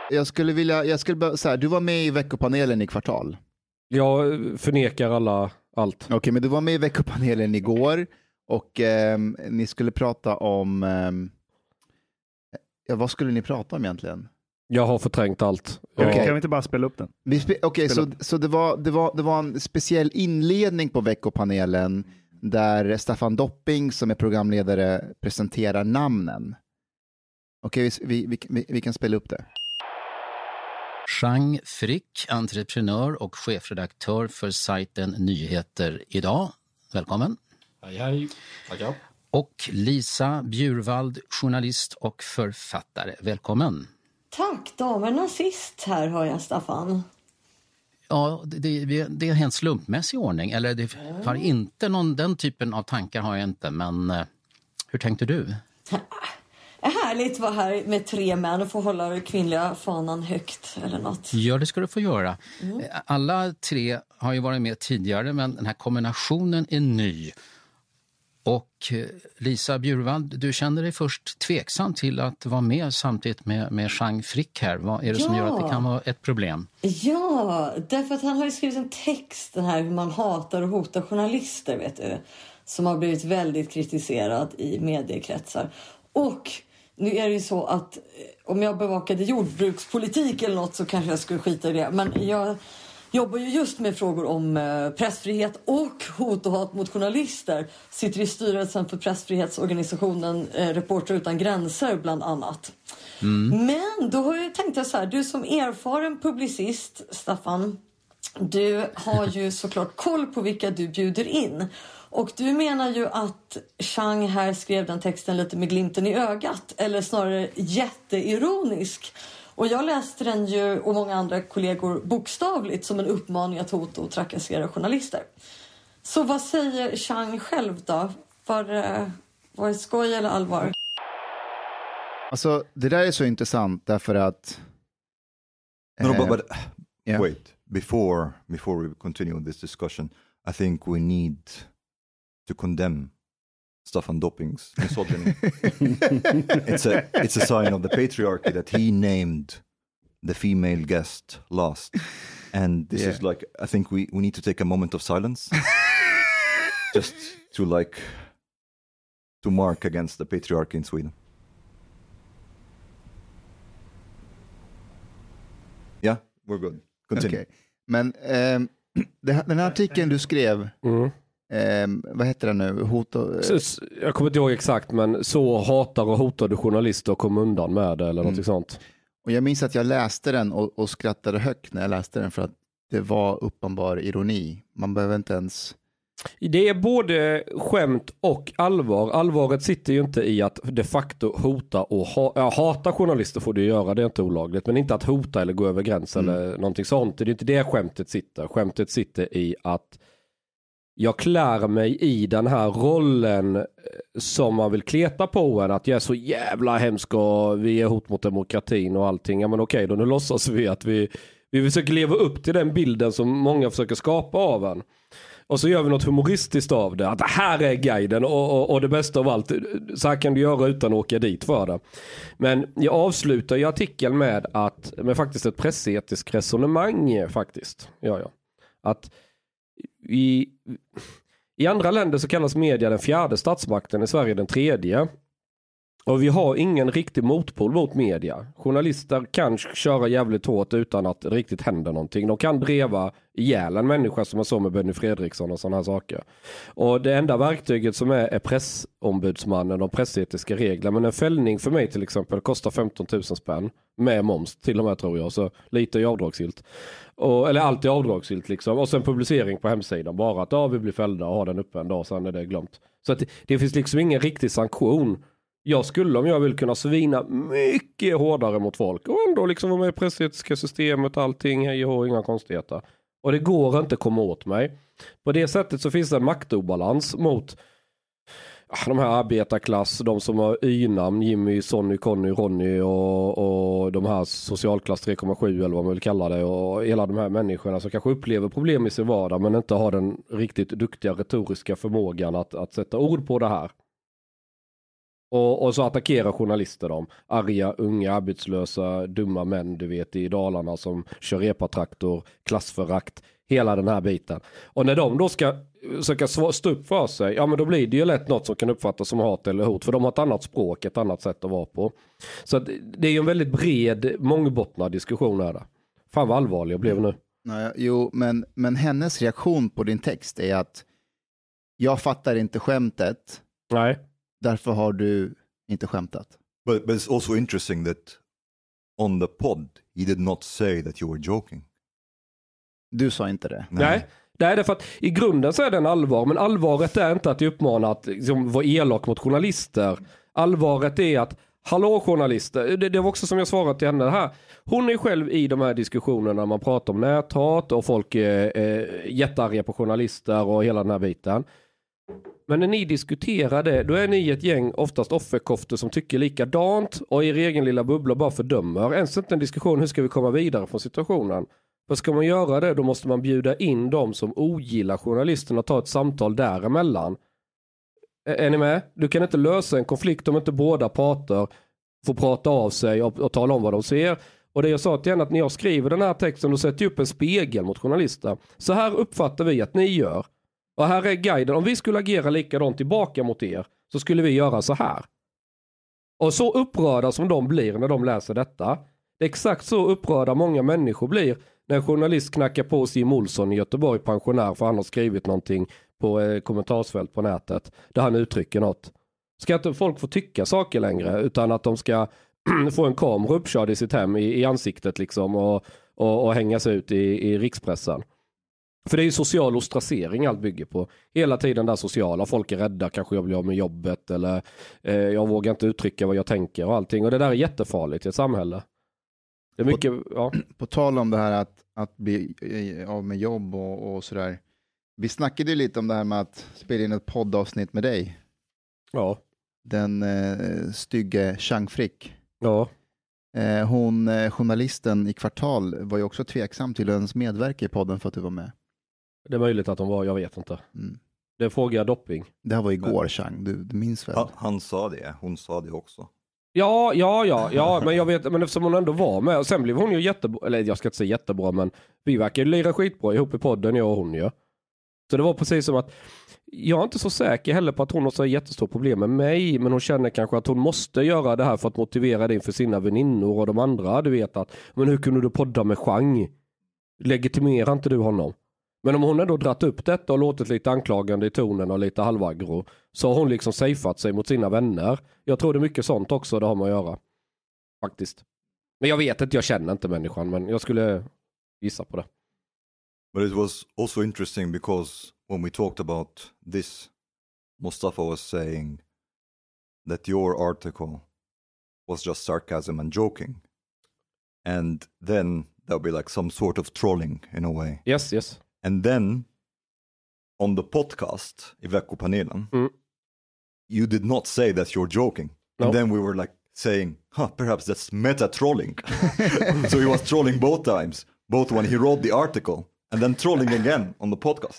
jag skulle bara så här, du var med i veckopanelen i Kvartal. Jag förnekar allt. Okej, men du var med i veckopanelen igår och ni skulle prata om vad skulle ni prata om egentligen? Jag har förträngt allt. Kan vi inte bara spela upp den? Så det var en speciell inledning på veckopanelen där Staffan Dopping som är programledare presenterar namnen. Okej, vi kan spela upp det. Chang Frick, entreprenör och chefredaktör för sajten Nyheter idag. Välkommen. Hej. Tackar. Och Lisa Bjurvald, journalist och författare. Välkommen. Tack, damerna sist här har jag, Staffan. Ja, det är en helt slumpmässig ordning. Eller det har inte den typen av tankar har jag inte. Men hur tänkte du? Härligt att vara här med 3 män och få hålla den kvinnliga fanan högt eller något. Ja, det ska du få göra. Alla 3 har ju varit med tidigare, men den här kombinationen är ny. Och Lisa Bjurvald, du kände dig först tveksam till att vara med samtidigt med Chang Frick här. Vad är det som gör att det kan vara ett problem? Ja, därför att han har ju skrivit en text, den här hur man hatar och hotar journalister, vet du. Som har blivit väldigt kritiserad i mediekretsar. Och nu är det ju så att om jag bevakade jordbrukspolitik eller något så kanske jag skulle skita i det. Men jag jobbar ju just med frågor om pressfrihet och hot och hat mot journalister. Sitter i styrelsen för pressfrihetsorganisationen Reporter utan gränser bland annat. Men då har jag tänkt så här, du som erfaren publicist, Staffan, du har ju såklart koll på vilka du bjuder in. Och du menar ju att Chang här skrev den texten lite med glimten i ögat. Eller snarare jätteironisk. Och jag läste den ju och många andra kollegor bokstavligt som en uppmaning att hota och trakassera journalister. Så vad säger Chang själv då? Var det skoj eller allvar? Alltså det där är så intressant därför att No, but yeah. Wait, before we continue this discussion, I think we need to condemn Staffan Dopping's misogyny. It's a sign of the patriarchy that he named the female guest last. And this is like, I think we need to take a moment of silence. Just to mark against the patriarchy in Sweden. Yeah, we're good. Continue. Okay. Men den här artikeln du skrev, vad heter den nu? Jag kommer inte ihåg exakt, men så hatar och hotade journalister och kom undan med det eller något sånt. Och jag minns att jag läste den och skrattade högt när jag läste den för att det var uppenbar ironi. Man behöver inte ens... Det är både skämt och allvar. Allvaret sitter ju inte i att de facto hota och hata journalister får du göra, det är inte olagligt. Men inte att hota eller gå över gränsen eller någonting sånt. Det är inte det skämtet sitter. Skämtet sitter i att jag klär mig i den här rollen som man vill kleta på en. Att jag är så jävla hemsk och vi är hot mot demokratin och allting. Ja men okej, då nu låtsas vi att vi försöker leva upp till den bilden som många försöker skapa av en. Och så gör vi något humoristiskt av det. Att det här är guiden och det bästa av allt. Så här kan du göra utan att åka dit för det. Men jag avslutar ju artikeln med faktiskt ett pressetiskt resonemang faktiskt. Ja. Att i andra länder så kallas media den 4:e statsmakten, i Sverige den 3:e. Och vi har ingen riktig motpol mot media. Journalister kan köra jävligt hårt utan att det riktigt händer någonting. De kan dreva ihjäl en människa som är så med Benny Fredriksson och sådana här saker. Och det enda verktyget som är pressombudsmannen och pressetiska regler. Men en fällning för mig till exempel kostar 15 000 spänn med moms till och med tror jag. Så lite är avdragsgillt. Eller allt är avdragsgillt liksom. Och sen publicering på hemsidan. Bara att vi blir fällda och har den uppe en dag, sen är det glömt. Så att det finns liksom ingen riktig sanktion. Jag skulle, om jag vill, kunna svina mycket hårdare mot folk. Och ändå liksom vara med i pressetiska systemet, allting, hej och inga konstigheter. Och det går inte att komma åt mig. På det sättet så finns det en maktobalans mot de här arbetarklass, de som har y-namn, Jimmy, Sonny, Conny, Ronny och de här socialklass 3,7 eller vad man vill kalla det. Och hela de här människorna som kanske upplever problem i sin vardag men inte har den riktigt duktiga retoriska förmågan att sätta ord på det här. Och så attackerar journalister dem. Arga, unga, arbetslösa, dumma män, du vet, i Dalarna som kör epatraktor, klassförakt, hela den här biten. Och när de då ska försöka stå upp för sig, ja men då blir det ju lätt något som kan uppfattas som hat eller hot, för de har ett annat språk, ett annat sätt att vara på. Så att det är ju en väldigt bred, mångbottnad diskussion här. Fan vad allvarlig jag blev nu. Nej, jo, men hennes reaktion på din text är att jag fattar inte skämtet. Nej. Därför har du inte skämtat. But it's also interesting that on the pod he did not say that you were joking. Du sa inte det. Nej, det är för att i grunden så är det en allvar, men allvaret är inte att jag uppmanar att liksom, vara elak mot journalister. Allvaret är att, hallå journalister, det var också som jag svarat till henne här. Hon är själv i de här diskussionerna när man pratar om näthat och folk är jättearga på journalister och hela den här biten. Men när ni diskuterar det, då är ni ett gäng, oftast offerkofter som tycker likadant och i er egen lilla bubbla bara fördömer. Ens inte en diskussion, hur ska vi komma vidare från situationen? För ska man göra det, då måste man bjuda in dem som ogillar journalisterna och ta ett samtal däremellan. Är ni med? Du kan inte lösa en konflikt om inte båda parter får prata av sig och tala om vad de ser. Och det jag sa till henne, att när jag skriver den här texten, då sätter jag upp en spegel mot journalister. Så här uppfattar vi att ni gör. Och här är guiden. Om vi skulle agera likadant tillbaka mot er, så skulle vi göra så här. Och så upprörda som de blir när de läser detta. Det är exakt så upprörda många människor blir när en journalist knackar på Sim Olsson i Göteborg, pensionär, för han har skrivit någonting på kommentarsfält på nätet där han uttrycker något. Ska inte folk få tycka saker längre, utan att de ska få en kamera uppkörd i sitt hem i ansiktet liksom och hängas ut i rikspressen. För det är ju social ostrassering allt bygger på. Hela tiden där sociala. Folk är rädda, kanske jag blir av med jobbet eller jag vågar inte uttrycka vad jag tänker och allting. Och det där är jättefarligt i ett samhälle. Det är mycket, på tal om det här att bli av med jobb och sådär. Vi snackade ju lite om det här med att spela in ett poddavsnitt med dig. Ja. Den stygge Chang Frick. Ja. Journalisten i Kvartal var ju också tveksam till ens medverka i podden för att du var med. Det är möjligt att de var, jag vet inte. Mm. Det frågar jag Dopping. Det här var igår, Chang, du minns väl? Han sa det, hon sa det också. Ja, men jag vet, men eftersom hon ändå var med, och sen blev hon ju jättebra, eller jag ska inte säga jättebra, men vi verkar ju lira skitbra ihop i podden, jag och hon ju. Så det var precis som att, jag är inte så säker heller på att hon har så jättestora problem med mig, men hon känner kanske att hon måste göra det här för att motivera det inför sina väninnor och de andra, du vet att, men hur kunde du podda med Chang? Legitimerar inte du honom? Men om hon ändå dratt upp detta och låtit lite anklagande i tonen och lite halvagro, så har hon liksom safeat sig mot sina vänner. Jag tror det är mycket sånt också, det har man att göra. Faktiskt. Men jag vet inte, jag känner inte människan, men jag skulle gissa på det. But it was also interesting because when we talked about this, Mustafa was saying that your article was just sarcasm and joking. And then there'll be like some sort of trolling in a way. Yes. And then on the podcast, i Veckopanelen, you did not say that you're joking. No. And then we were like saying, perhaps that's meta-trolling. So he was trolling both times, both when he wrote the article and then trolling again on the podcast.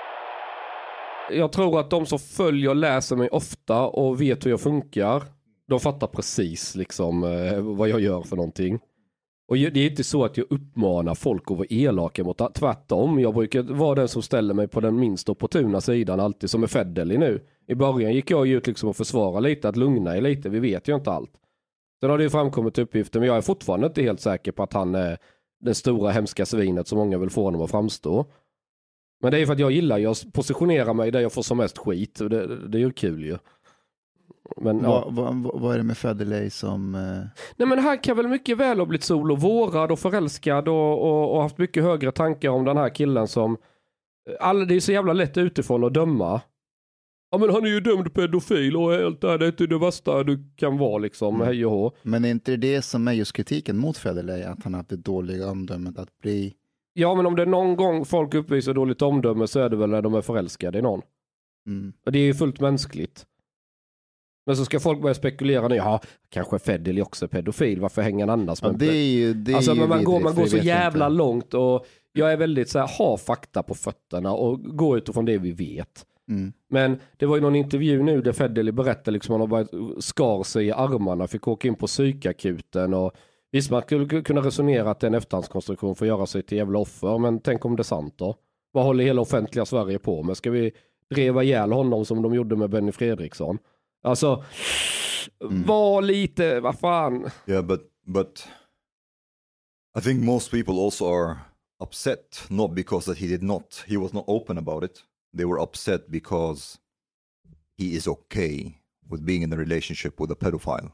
Jag tror att de som följer och läser mig ofta och vet hur jag funkar, de fattar precis liksom vad jag gör för någonting. Och det är inte så att jag uppmanar folk att vara elaka mot, tvärtom. Jag brukar vara den som ställer mig på den minst opportuna sidan alltid, som är Federley nu. I början gick jag ut liksom och försvara lite, att lugna er lite, vi vet ju inte allt. Sen har det ju framkommit uppgifter, men jag är fortfarande inte helt säker på att han är det stora hemska svinet som många vill få honom att framstå. Men det är för att jag positionerar mig där jag får som mest skit. Det är ju kul ju. Men, vad är det med Federley som... Nej, men han kan väl mycket väl ha blivit sol och vårad och förälskad och haft mycket högre tankar om den här killen som... det är så jävla lätt utifrån att döma. Ja, men han är ju dömd pedofil och helt det är inte det värsta du kan vara liksom, hej och hå. Men är inte det som är just kritiken mot Federley, att han har haft det dåliga omdömet att bli... Ja, men om det är någon gång folk uppvisar dåligt omdöme så är det väl när de är förälskade i någon. Och det är ju fullt mänskligt. Men så ska folk börja spekulera nu, ja, kanske Federley också är pedofil, varför hänger han annars? Ja, det är men man vidrigt, går så jävla inte långt och jag är väldigt så här, ha fakta på fötterna och gå utifrån det vi vet. Men det var ju någon intervju nu där Federley berättade liksom att han bara skar sig i armarna, fick åka in på psykakuten och visst man skulle kunna resonera att det är en efterhandskonstruktion för att göra sig till jävla offer, men tänk om det är sant då? Vad håller hela offentliga Sverige på med? Ska vi dreva ihjäl honom som de gjorde med Benny Fredriksson? Alltså, var lite, vad fan? Yeah, but I think most people also are upset, not because that he was not open about it. They were upset because he is okay with being in a relationship with a pedophile.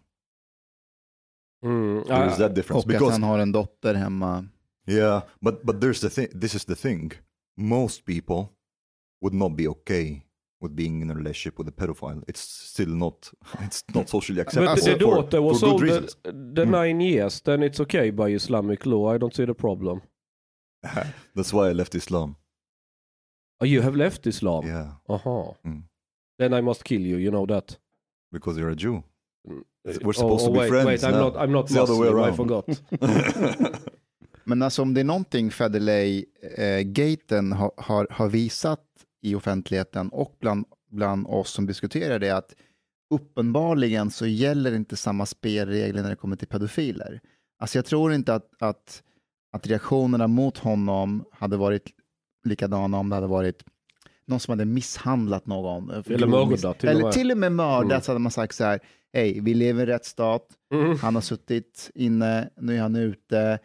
There is that difference. Och because att han har en dotter hemma. Yeah, but there's the thing. This is the thing. Most people would not be okay with being in a relationship with a pedophile. It's not socially acceptable. But the daughter was for good older reasons. than 9 years, then it's okay by Islamic law. I don't see the problem. That's why I left Islam. Oh, you have left Islam? Yeah. Aha. Then I must kill you, you know that. Because you're a Jew. We're supposed to be friends. Wait, I'm not the other way Muslim, around. I forgot. Men alltså om det är någonting Federley-gaten har visat i offentligheten och bland oss som diskuterar det, att uppenbarligen så gäller inte samma spelregler när det kommer till pedofiler. Alltså jag tror inte att reaktionerna mot honom hade varit likadana om det hade varit någon som hade misshandlat någon. Eller mördat. Eller till och med mördat, så hade man sagt så här: hej, vi lever i en rättsstat, han har suttit inne, nu är han ute.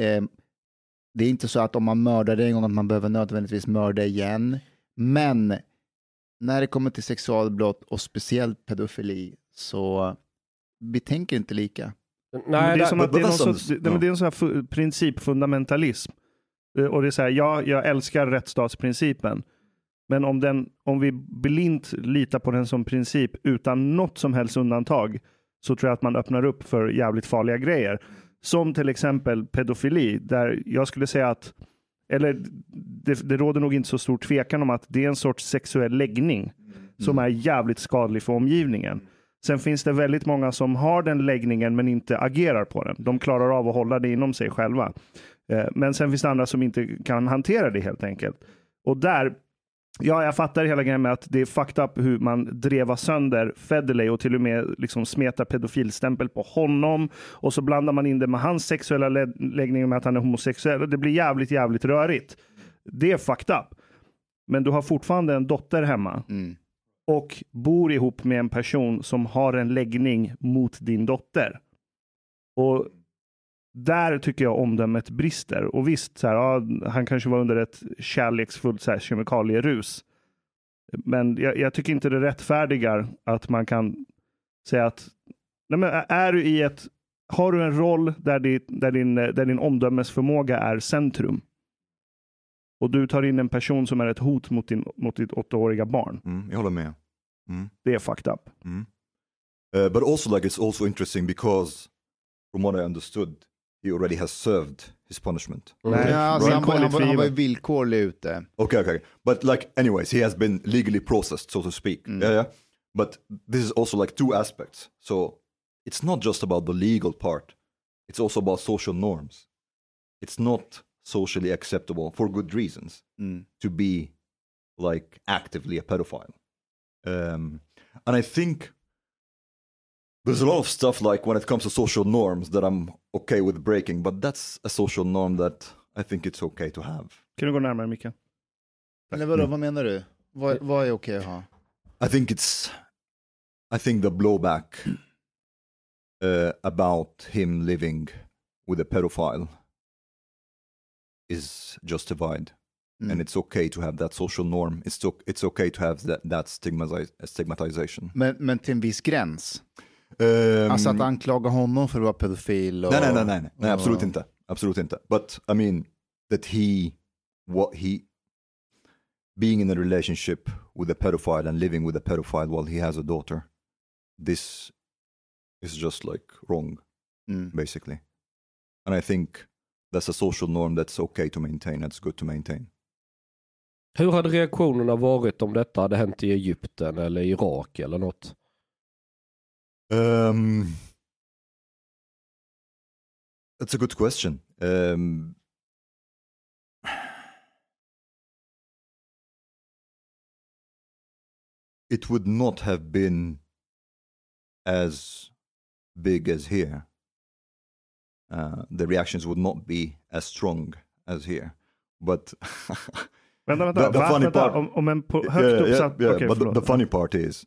Det är inte så att om man mördar en gång att man behöver nödvändigtvis mörda igen. Men när det kommer till sexualbrott och speciellt pedofili, så vi tänker inte lika. Nej, det är som att det är en sån här principfundamentalism. Och det är så här, jag älskar rättsstatsprincipen. Men om vi blint litar på den som princip utan något som helst undantag, så tror jag att man öppnar upp för jävligt farliga grejer. Som till exempel pedofili, där jag skulle säga att, eller det råder nog inte så stor tvekan om att det är en sorts sexuell läggning som är jävligt skadlig för omgivningen. Sen finns det väldigt många som har den läggningen men inte agerar på den. De klarar av att hålla det inom sig själva. Men sen finns det andra som inte kan hantera det helt enkelt. Och där, ja, jag fattar hela grejen med att det är fucked up hur man drevar sönder Federley och till och med liksom smetar pedofilstämpel på honom, och så blandar man in det med hans sexuella läggning med att han är homosexuell, och det blir jävligt rörigt. Det är fucked up. Men du har fortfarande en dotter hemma och bor ihop med en person som har en läggning mot din dotter. Och där tycker jag omdömet brister. Och visst, så här, ja, han kanske var under ett kärleksfullt så här, kemikalierus. Men jag tycker inte det rättfärdigar att man kan säga att nej, men har du en roll där din omdömesförmåga är centrum, och du tar in en person som är ett hot mot ditt 8-åriga barn. Jag håller med. Det är fucked up. But also, like, it's also interesting because from what I understood, he already has served his punishment. Nej, alltså, han var ju villkorlig ute. Okay. But like, anyways, he has been legally processed, so to speak. Yeah. But this is also like two aspects. So it's not just about the legal part. It's also about social norms. It's not socially acceptable, for good reasons, to be like actively a pedophile. And I think there's a lot of stuff like when it comes to social norms that I'm okay with breaking, but that's a social norm that I think it's okay to have. Kan du gå närmare, Micke? Eller vad menar du? Vad är okej att ha? I think the blowback about him living with a pedophile is justified. And it's okay to have that social norm. It's okay to have that stigmatization. Men till en viss gräns? Alltså att anklaga honom för att vara pedofil? Och, nej, absolut inte. But I mean that he being in a relationship with a pedophile and living with a pedophile while he has a daughter, this is just like wrong, basically. And I think that's a social norm that's okay to maintain. That's good to maintain. Hur hade reaktionerna varit om detta hade hänt i Egypten eller Irak eller något? That's a good question. it would not have been as big as here. The reactions would not be as strong as here. But vänta. the funny part, om en högt uppsatt... yeah, Okay, but the funny part is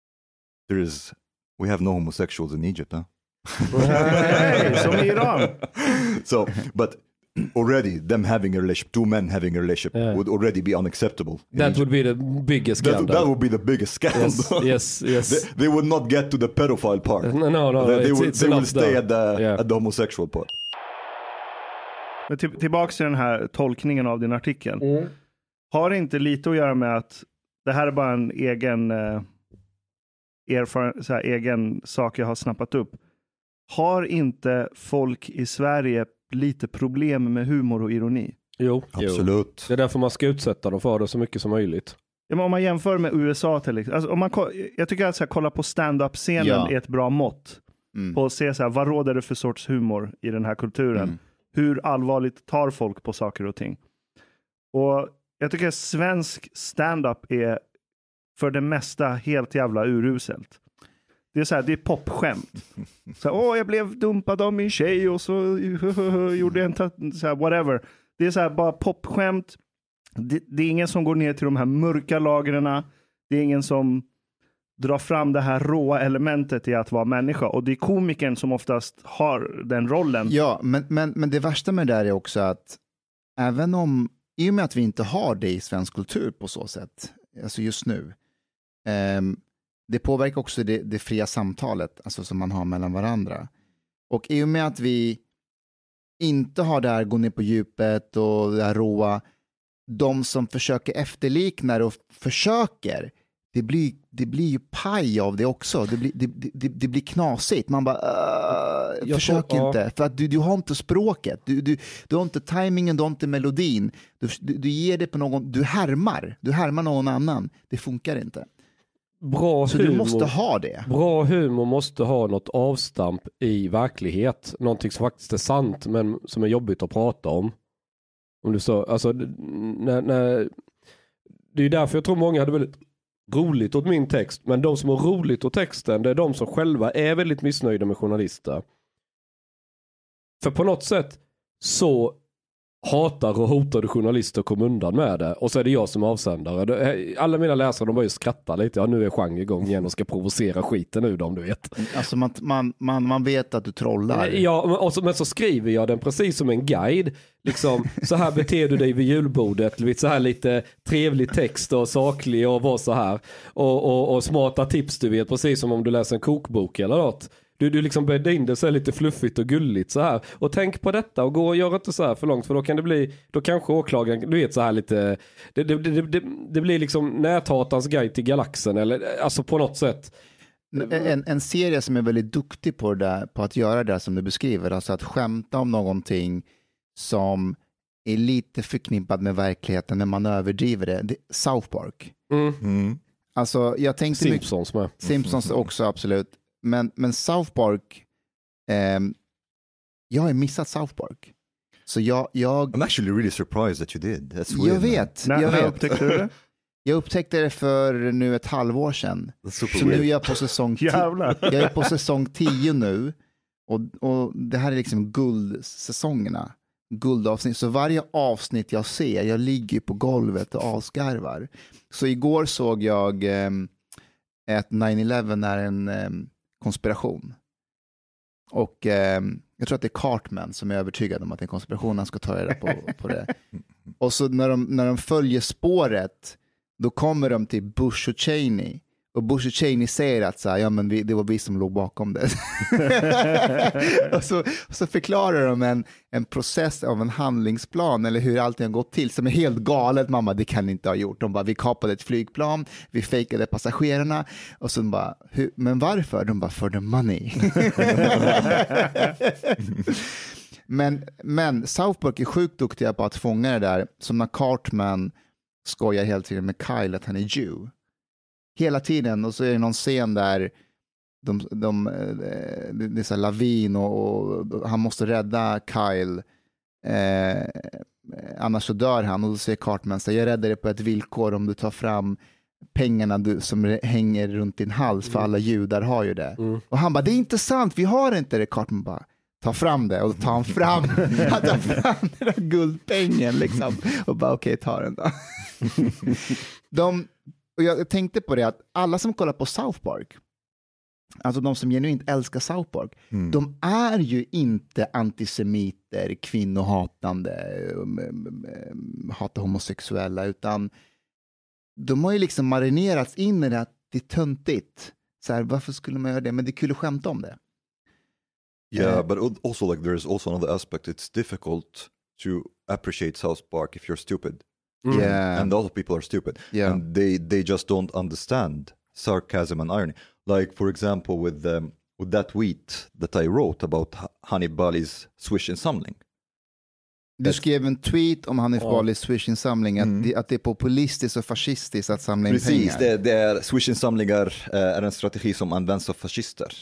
we have no homosexuals in Egypt, huh? Hey, som i Iran. So, but already them having a relationship, two men having a relationship would already be unacceptable. That would be the biggest scandal. That would be the biggest scandal. Yes. They would not get to the pedophile part. No. They will stay there. at the homosexual part. Men tillbaka till den här tolkningen av din artikel. Har det inte lite att göra med att det här är bara en egen sak jag har snappat upp? Har inte folk i Sverige lite problem med humor och ironi? Jo, absolut. Det är därför man ska utsätta dem för det så mycket som möjligt. Ja, men om man jämför med USA till exempel. Alltså, jag tycker att kolla på stand-up-scenen är ett bra mått. På att se så här, vad råder det för sorts humor i den här kulturen? Hur allvarligt tar folk på saker och ting? Och jag tycker att svensk stand-up är för det mesta helt jävla uruselt. Det är så här, det är popskämt. Så jag blev dumpad av min tjej och så gjorde jag så här, whatever. Det är så här, bara popskämt. Det är ingen som går ner till de här mörka lagren. Det är ingen som drar fram det här råa elementet i att vara människa. Och det är komikern som oftast har den rollen. Ja, men det värsta med det där är också att även om, i och med att vi inte har det i svensk kultur på så sätt, alltså just nu, det påverkar också det fria samtalet, alltså som man har mellan varandra. Och i och med att vi inte har det här gå ner på djupet och det här råa, de som försöker efterlikna det och försöker, det blir ju paj av det också. Det blir knasigt. Man bara, försök inte. För att du har inte språket. Du har inte timingen, du har inte melodin. Du ger det på någon, du härmar någon annan. Det funkar inte. Så du måste ha det. Bra humor måste ha något avstamp i verklighet. Någonting som faktiskt är sant men som är jobbigt att prata om. Om du så, alltså, när, det är därför jag tror många hade väldigt roligt åt min text. Men de som har roligt åt texten, det är de som själva är väldigt missnöjda med journalister. För på något sätt så hatar och hotade journalister kom undan med det. Och så är det jag som avsändare. Alla mina läsare, de börjar skratta lite. Ja, nu är genre igång igen och ska provocera skiten ur dem, du vet. Alltså man vet att du trollar. Ja, men så skriver jag den precis som en guide. Liksom, så här beter du dig vid julbordet. Så här lite trevlig text och saklig och var så här. Och smarta tips, du vet. Precis som om du läser en kokbok eller något. Du liksom bäddar in det så här lite fluffigt och gulligt så här. Och tänk på detta och gå och gör inte så här för långt. För då kan det bli, då kanske åklagaren, du vet så här lite, det blir liksom näthatans guide till galaxen. Eller alltså på något sätt. En serie som är väldigt duktig på det där, på att göra det som du beskriver. Alltså att skämta om någonting som är lite förknippat med verkligheten när man överdriver det. South Park. Alltså jag tänkte Simpsons med. Simpsons också, absolut. Men South Park, jag har missat South Park. Så jag I'm actually really surprised that you did. That's weird. Jag vet. När upptäckte du det? Jag upptäckte det för nu ett halvår sedan. Så nu är jag på säsong 10. Jag är på säsong 10 nu. Och det här är liksom guldsäsongerna. Guldavsnitt. Så varje avsnitt jag ser, jag ligger på golvet och avskarvar. Så igår såg jag att 9/11 är en konspiration. Och jag tror att det är Cartman som är övertygad om att det är en konspiration. Han ska ta reda på det. Och så när de följer spåret, då kommer de till Bush och Cheney. Och Bush och Cheney säger att så här, ja, men det var vi som låg bakom det. och så förklarar de en process av en handlingsplan eller hur allting har gått till som är helt galet. Mamma, det kan ni inte ha gjort. De bara, vi kapade ett flygplan, vi fejkade passagerarna. Och så bara, men varför? De bara, for the money. men South Park är sjukt duktiga på att fånga det där. Som när Cartman skojar hela tiden med Kyle att han är Jew. Hela tiden, och så är det någon scen där det är så här lavin och han måste rädda Kyle, annars så dör han. Och då säger Cartman så jag räddar det på ett villkor om du tar fram pengarna som hänger runt din hals, för alla judar har ju det. Och han bara, det är inte sant, vi har inte det. Cartman bara, ta fram det. Och då tar han fram den där guldpengen liksom. Och bara, okej, ta den då. Och jag tänkte på det, att alla som kollar på South Park, alltså de som genuint älskar South Park, de är ju inte antisemiter, kvinnohatande, hatar homosexuella, utan de har ju liksom marinerats in i det, att det är töntigt. Så här, varför skulle man göra det? Men det är kul att skämta om det. Yeah, but also like there's also another aspect. It's difficult to appreciate South Park if you're stupid. Yeah. And a lot of people are stupid. Yeah. And they just don't understand sarcasm and irony. Like, for example, with that tweet that I wrote about Hanif Bali's Swish-insamling. Du skrev en tweet om Hanif Balis Swish-insamling, att det är populistiskt och fascistiskt att samla in pengar. Precis, det är Swish-insamlingar är en strategi som används av fascister.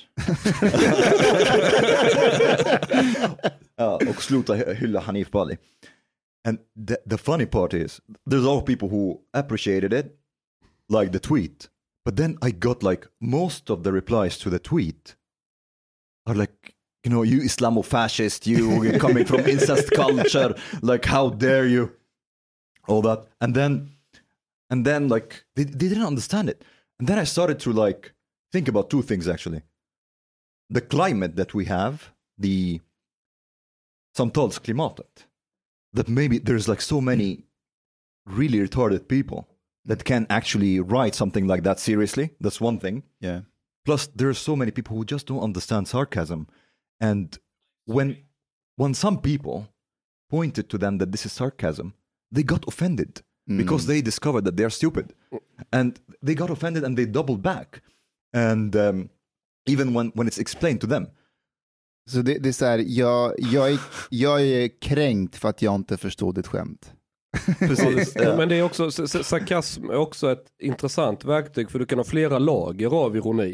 Och sluta hylla Hanif Bali. And the funny part is, there's a lot of people who appreciated it, like the tweet. But then I got like most of the replies to the tweet are like, you know, you Islamofascist, you coming from incest culture, like how dare you, all that. And then like they didn't understand it. And then I started to like think about two things actually. The climate that we have, the samtalsklimatet, that maybe there's like so many really retarded people that can actually write something like that seriously. That's one thing. Yeah. Plus, there's so many people who just don't understand sarcasm. And when some people pointed to them that this is sarcasm, they got offended because they discovered that they're stupid. And they got offended and they doubled back. And even when it's explained to them. Så det är så här, jag är kränkt för att jag inte förstod ett skämt. Precis. Men det är också, sarkasm är också ett intressant verktyg, för du kan ha flera lager av ironi.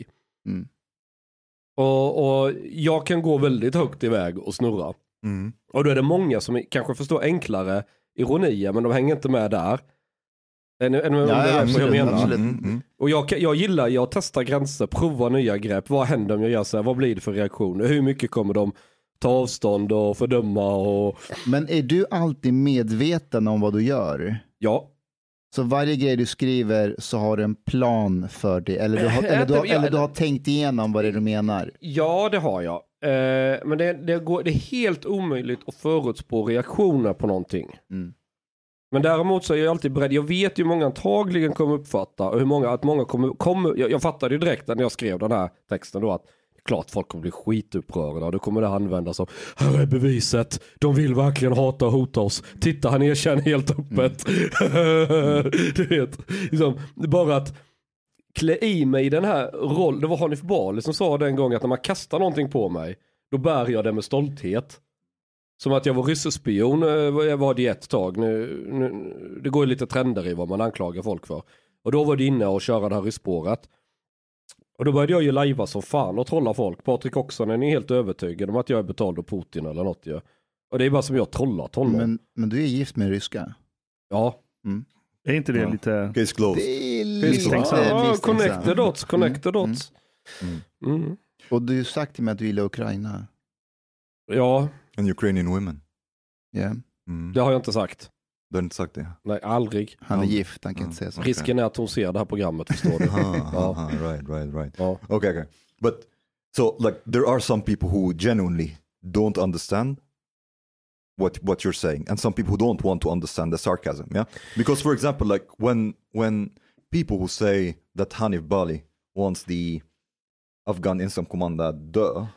Och jag kan gå väldigt högt iväg och snurra. Och då är det många som kanske förstår enklare ironier, men de hänger inte med där. Och jag gillar att testa gränser, prova nya grepp. Vad händer om jag gör så här? Vad blir det för reaktioner? Hur mycket kommer de ta avstånd och fördöma? Men är du alltid medveten om vad du gör? Ja. Så varje grej du skriver så har du en plan för det? Eller du har tänkt igenom vad det är du menar? Ja, det har jag. Men det är helt omöjligt att förutspå reaktioner på någonting. Men däremot så är jag alltid beredd. Jag vet ju hur många antagligen kommer uppfatta, och att många kommer jag fattade ju direkt när jag skrev den här texten då, att klart folk kommer bli skitupprörda, och då kommer det användas som, här är beviset, de vill verkligen hata och hota oss, titta han erkänner helt öppet. Du vet, liksom, bara att klä i mig i den här rollen. Det var Hanif Bali som sa den gången att när man kastar någonting på mig, då bär jag det med stolthet. Som att jag var ryssespion, jag var det ett tag. Nu, det går ju lite trender i vad man anklagar folk för. Och då var det inne och köra det här rysspåret. Och då började jag ju lajva som fan och trolla folk. Patrik Oksanen är helt övertygad om att jag är betald av Putin eller något. Och det är bara som jag trollat honom. Men du är gift med ryska? Ja. Är inte det lite... Case closed. Det är lite connected dots. Och du har sagt till mig att du gillar Ukraina. Ja. And Ukrainian women. Yeah. Det har jag inte sagt. Du har inte sagt det? Nej, aldrig. Han är gift, han kan inte säga så. Risken är att hon ser det här programmet, förstår du. Right. Okay. But so like there are some people who genuinely don't understand what you're saying, and some people who don't want to understand the sarcasm, yeah? Because for example, like when people who say that Hanif Bali wants the Afghan Instant Command att dö.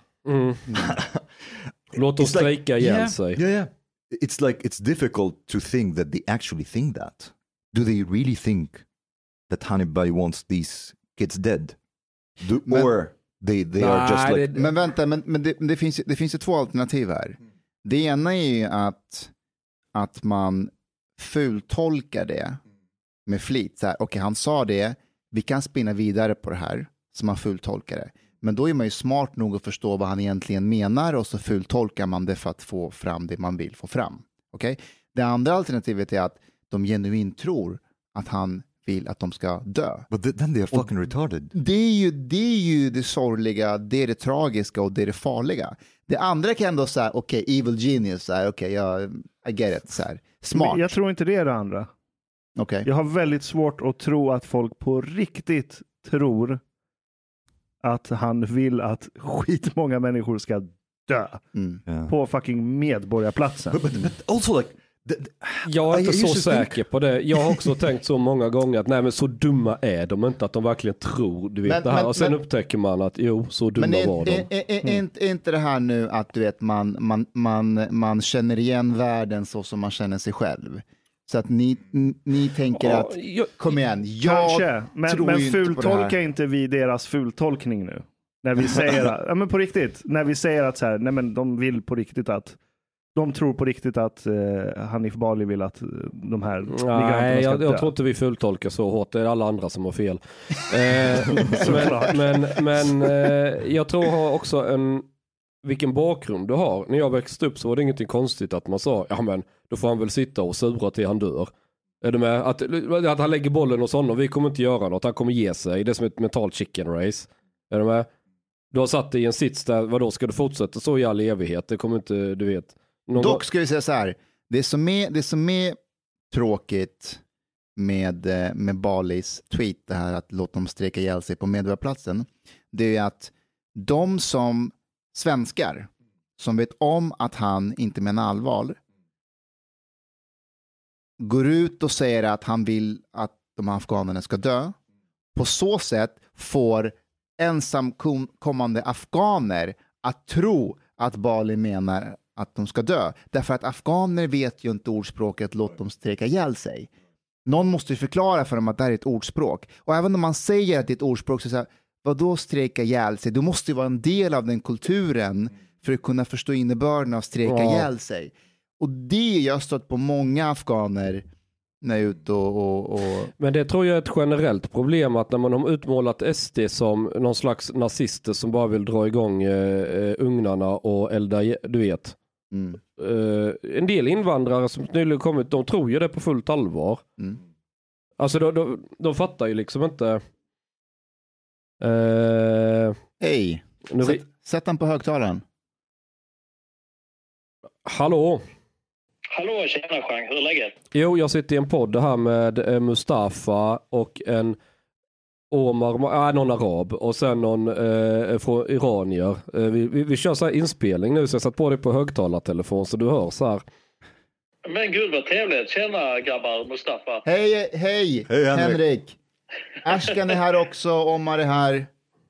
Låt oss strejka ihjäl sig. Yeah. It's like it's difficult to think that they actually think that. Do they really think that Hanif Bali wants these kids dead? Or they are just like... Men vänta, men det finns ju två alternativ här. Det ena är ju att man fultolkar det med flit. Okej, han sa det, vi kan spinna vidare på det här, så man fultolkar det. Men då är man ju smart nog att förstå vad han egentligen menar, och så fultolkar man det för att få fram det man vill få fram. Okay? Det andra alternativet är att de genuint tror att han vill att de ska dö. But then they are fucking retarded. Det är ju det sorgliga, det är det tragiska och det är det farliga. Det andra kan ändå säga, okej, evil genius, I get it, så här. Smart. Men jag tror inte det är det andra. Okay. Jag har väldigt svårt att tro att folk på riktigt tror att han vill att skitmånga människor ska dö på fucking Medborgarplatsen. But also like jag är inte så säker på det. Jag har också tänkt så många gånger att nej, men så dumma är de inte, att de verkligen tror, du vet det här. Och sen upptäcker man att så dumma var de. Är inte det här nu att du vet man känner igen världen så som man känner sig själv? Så att ni tänker att kom igen, kanske, men fultolkar inte vi deras fultolkning nu? När vi säger att, men på riktigt, när vi säger att så här, nej men de vill på riktigt att de tror på riktigt att Hanif Bali vill att de här migranterna ska dö. Jag tror inte vi fulltolkar så hårt. Det är alla andra som har fel. men jag tror också vilken bakgrund du har. När jag växte upp så var det ingenting konstigt att man sa, ja men då får han väl sitta och sura till han dör. Är du med? Att han lägger bollen hos honom, vi kommer inte göra något, han kommer ge sig. Det är som ett mentalt chicken race. Är du med? Du har satt dig i en sits där, vadå, ska du fortsätta så i all evighet? Det kommer inte, du vet. Dock ska vi säga så här, det som är tråkigt med Balis tweet, det här att låta dem streka ihjäl sig på Medborgarplatsen, det är att de som svenskar som vet om att han inte menar allvar går ut och säger att han vill att de här afghanerna ska dö. På så sätt får ensamkommande afghaner att tro att Bali menar att de ska dö. Därför att afghaner vet ju inte ordspråket låt dem streka ihjäl sig. Någon måste ju förklara för dem att det här är ett ordspråk. Och även om man säger att det är ett ordspråk så säger vadå streka ihjäl sig? Du måste ju vara en del av den kulturen för att kunna förstå innebörden av streka ihjäl sig. Och det jag har stött på många afghaner när jag är ute och... Men det tror jag är ett generellt problem att när man har utmålat SD som någon slags nazister som bara vill dra igång ugnarna och elda, du vet. En del invandrare som nyligen kommit, de tror ju det på fullt allvar. Alltså de fattar ju liksom inte... Hej, sätt den på högtalaren. Hallå, tjena Jean, hur är läget? Jo, jag sitter i en podd här med Mustafa och en någon arab och sen någon från iranier. Vi kör så här inspelning nu så jag satt på dig på högtalartelefon så du hör så här. Men gud vad trevligt. Tjena grabbar, Mustafa. Hej Henrik. Ashkan är här också, Omar är här.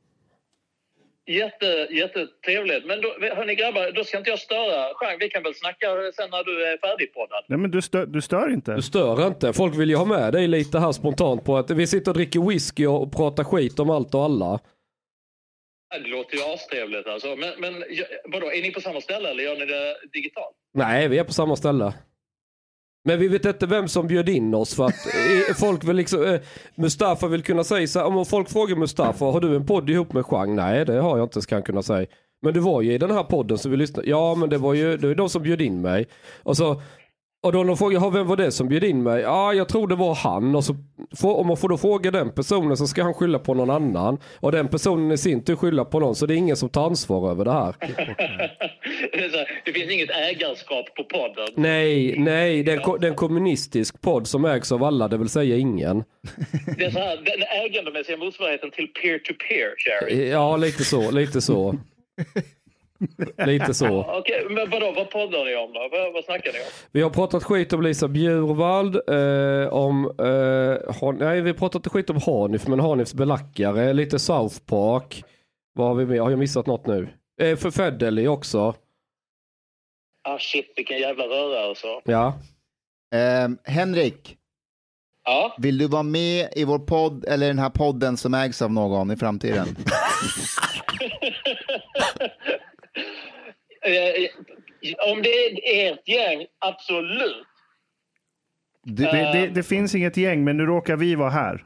Jättetrevligt. Men då, hörni grabbar, då ska inte jag störa. Jean, vi kan väl snacka sen när du är färdigpoddad. Nej men du stör inte. Du stör inte. Folk vill ju ha med dig lite här spontant på att vi sitter och dricker whisky och pratar skit om allt och alla. Det låter ju astrevligt alltså. Men vadå, är ni på samma ställe eller gör ni det digitalt? Nej, vi är på samma ställe. Men vi vet inte vem som bjöd in oss för att folk vill liksom Mustafa vill kunna säga så här, om folk frågar Mustafa, har du en podd ihop med Jean? Nej, det har jag inte, ska han kunna säga. Men du var ju i den här podden så vi lyssnade. Ja, men det är de som bjöd in mig. Och då de frågar, vem var det som bjöd in mig? Ja, jag tror det var han. Och så om man får då fråga den personen så ska han skylla på någon annan. Och den personen i sin tur skylla på någon. Så det är ingen som tar ansvar över det här. Det finns inget ägarskap på podden. Nej, det är en kommunistisk podd som ägs av alla, det vill säga ingen. Det är så här, den ägandemässiga motsvarigheten till peer-to-peer sharing. Ja, lite så. Lite så. Okej, men vad poddar ni om då? Vad snackar ni om? Vi har pratat skit om Lisa Bjurvald, vi har pratat skit om Hanif, men Hanifs belackare, lite South Park. Vad har vi med? Har jag missat något nu? För Federley också. Shit, vilken jävla rörelse. Ja. Henrik. Ja? Vill du vara med i vår podd eller den här podden som ägs av någon i framtiden? Om det är ett gäng, absolut. Det finns inget gäng, men nu råkar vi vara här.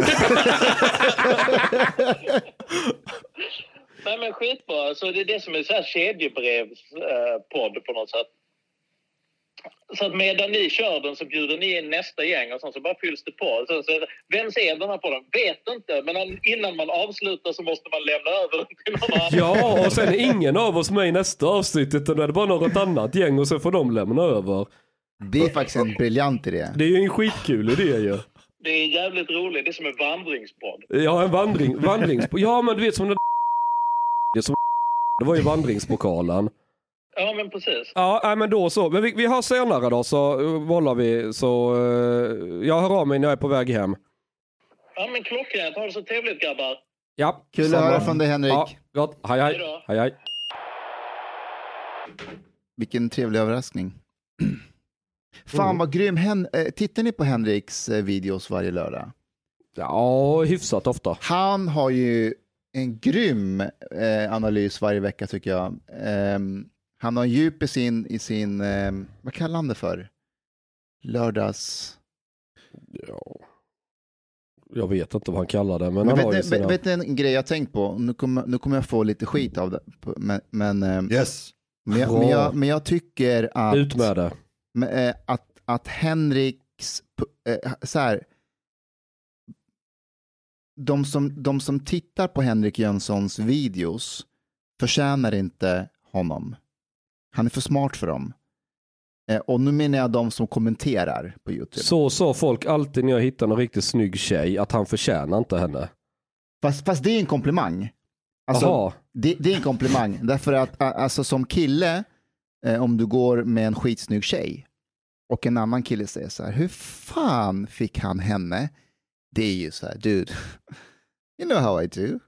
Nej men skitbra, så det är det som är så här kedjebrevspodd på något sätt. Så att medan ni kör den så bjuder ni in nästa gäng och så bara fylls det på. Så vems är den här på den? Vet inte, men innan man avslutar så måste man lämna över den till någon annan. Ja, och sen är ingen av oss med i nästa avsnitt, utan det är bara något annat gäng och så får de lämna över. Det är faktiskt en briljant idé. Det är ju en skitkul idé ju. Det är jävligt roligt, det är som en vandringspodd. Ja, en vandringspodd. Ja, men du vet som det var ju vandringspokalen. Ja, men precis. Ja, men då så. Men vi har senare då, så bollar vi. Så jag hör av mig när jag är på väg hem. Ja, men klockrent. Ha det så trevligt, grabbar. Ja, Kul att höra från dig, Henrik. Ja, gott. Hej, hej. Hejdå. Hej, hej. Vilken trevlig överraskning. Fan vad grym. Tittar ni på Henriks videos varje lördag? Ja, hyfsat ofta. Han har ju en grym analys varje vecka tycker jag. Han har djup i sin vad kallar han det för? Lördags... Ja. Jag vet inte vad han kallar det. Men han har ju sina... vet ni en grej jag tänkt på? Nu kommer jag få lite skit av det. Men, Yes. men jag tycker att... Ut med det. Att Henriks... så här, de som tittar på Henrik Jönssons videos förtjänar inte honom. Han är för smart för dem. Och nu menar jag de som kommenterar på YouTube. Så sa folk alltid när jag hittar en riktigt snygg tjej att han förtjänar inte henne. Fast det är en komplimang. Alltså, det är en komplimang. Därför att alltså, som kille, om du går med en skitsnygg tjej och en annan kille säger så här, hur fan fick han henne? Det är ju så här, dude, you know how I do.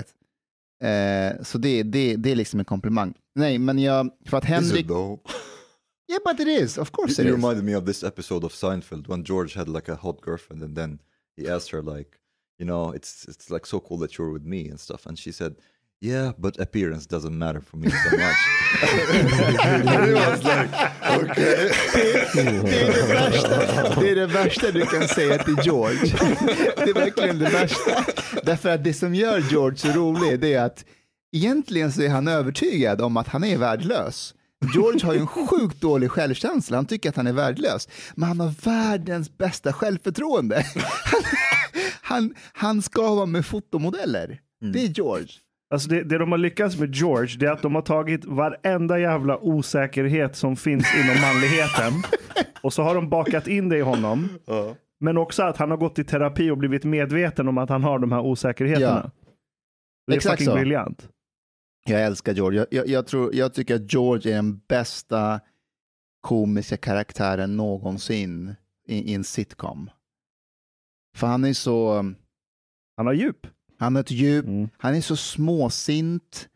Så det är liksom en komplimang. Nej, men för att Henrik... Is it though? Yeah, but it is. Of course it You is. reminded me of this episode of Seinfeld when George had like a hot girlfriend and then he asked her like, you know, it's like so cool that you're with me and stuff. And she said, yeah, but appearance doesn't matter for me so much. And he was like, okay. Det är det värsta du kan säga till George. Det är verkligen det värsta. Därför att det som gör George så rolig, det är att egentligen så är han övertygad om att han är värdelös. George har ju en sjukt dålig självkänsla. Han tycker att han är värdelös. Men han har världens bästa självförtroende. Han ska vara med fotomodeller. Det är George. Alltså det de har lyckats med George, det är att de har tagit varenda jävla osäkerhet som finns inom manligheten och så har de bakat in det i honom. Men också att han har gått i terapi och blivit medveten om att han har de här osäkerheterna. Ja. Det är Exakt fucking så. briljant. Jag älskar George. Jag tycker att George är den bästa komiska karaktären någonsin i en sitcom. För han är så... Han har djup. Han har ett djup. Han är så småsint.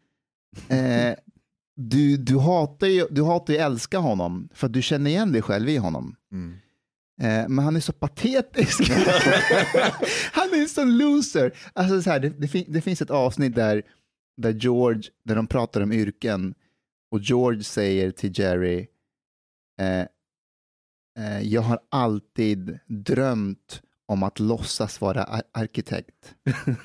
Du hatar ju älska honom för att du känner igen dig själv i honom. Men han är så patetisk. Han är så loser. Alltså så här, det finns ett avsnitt där George, där de pratar om yrken och George säger till Jerry, jag har alltid drömt om att låtsas vara arkitekt.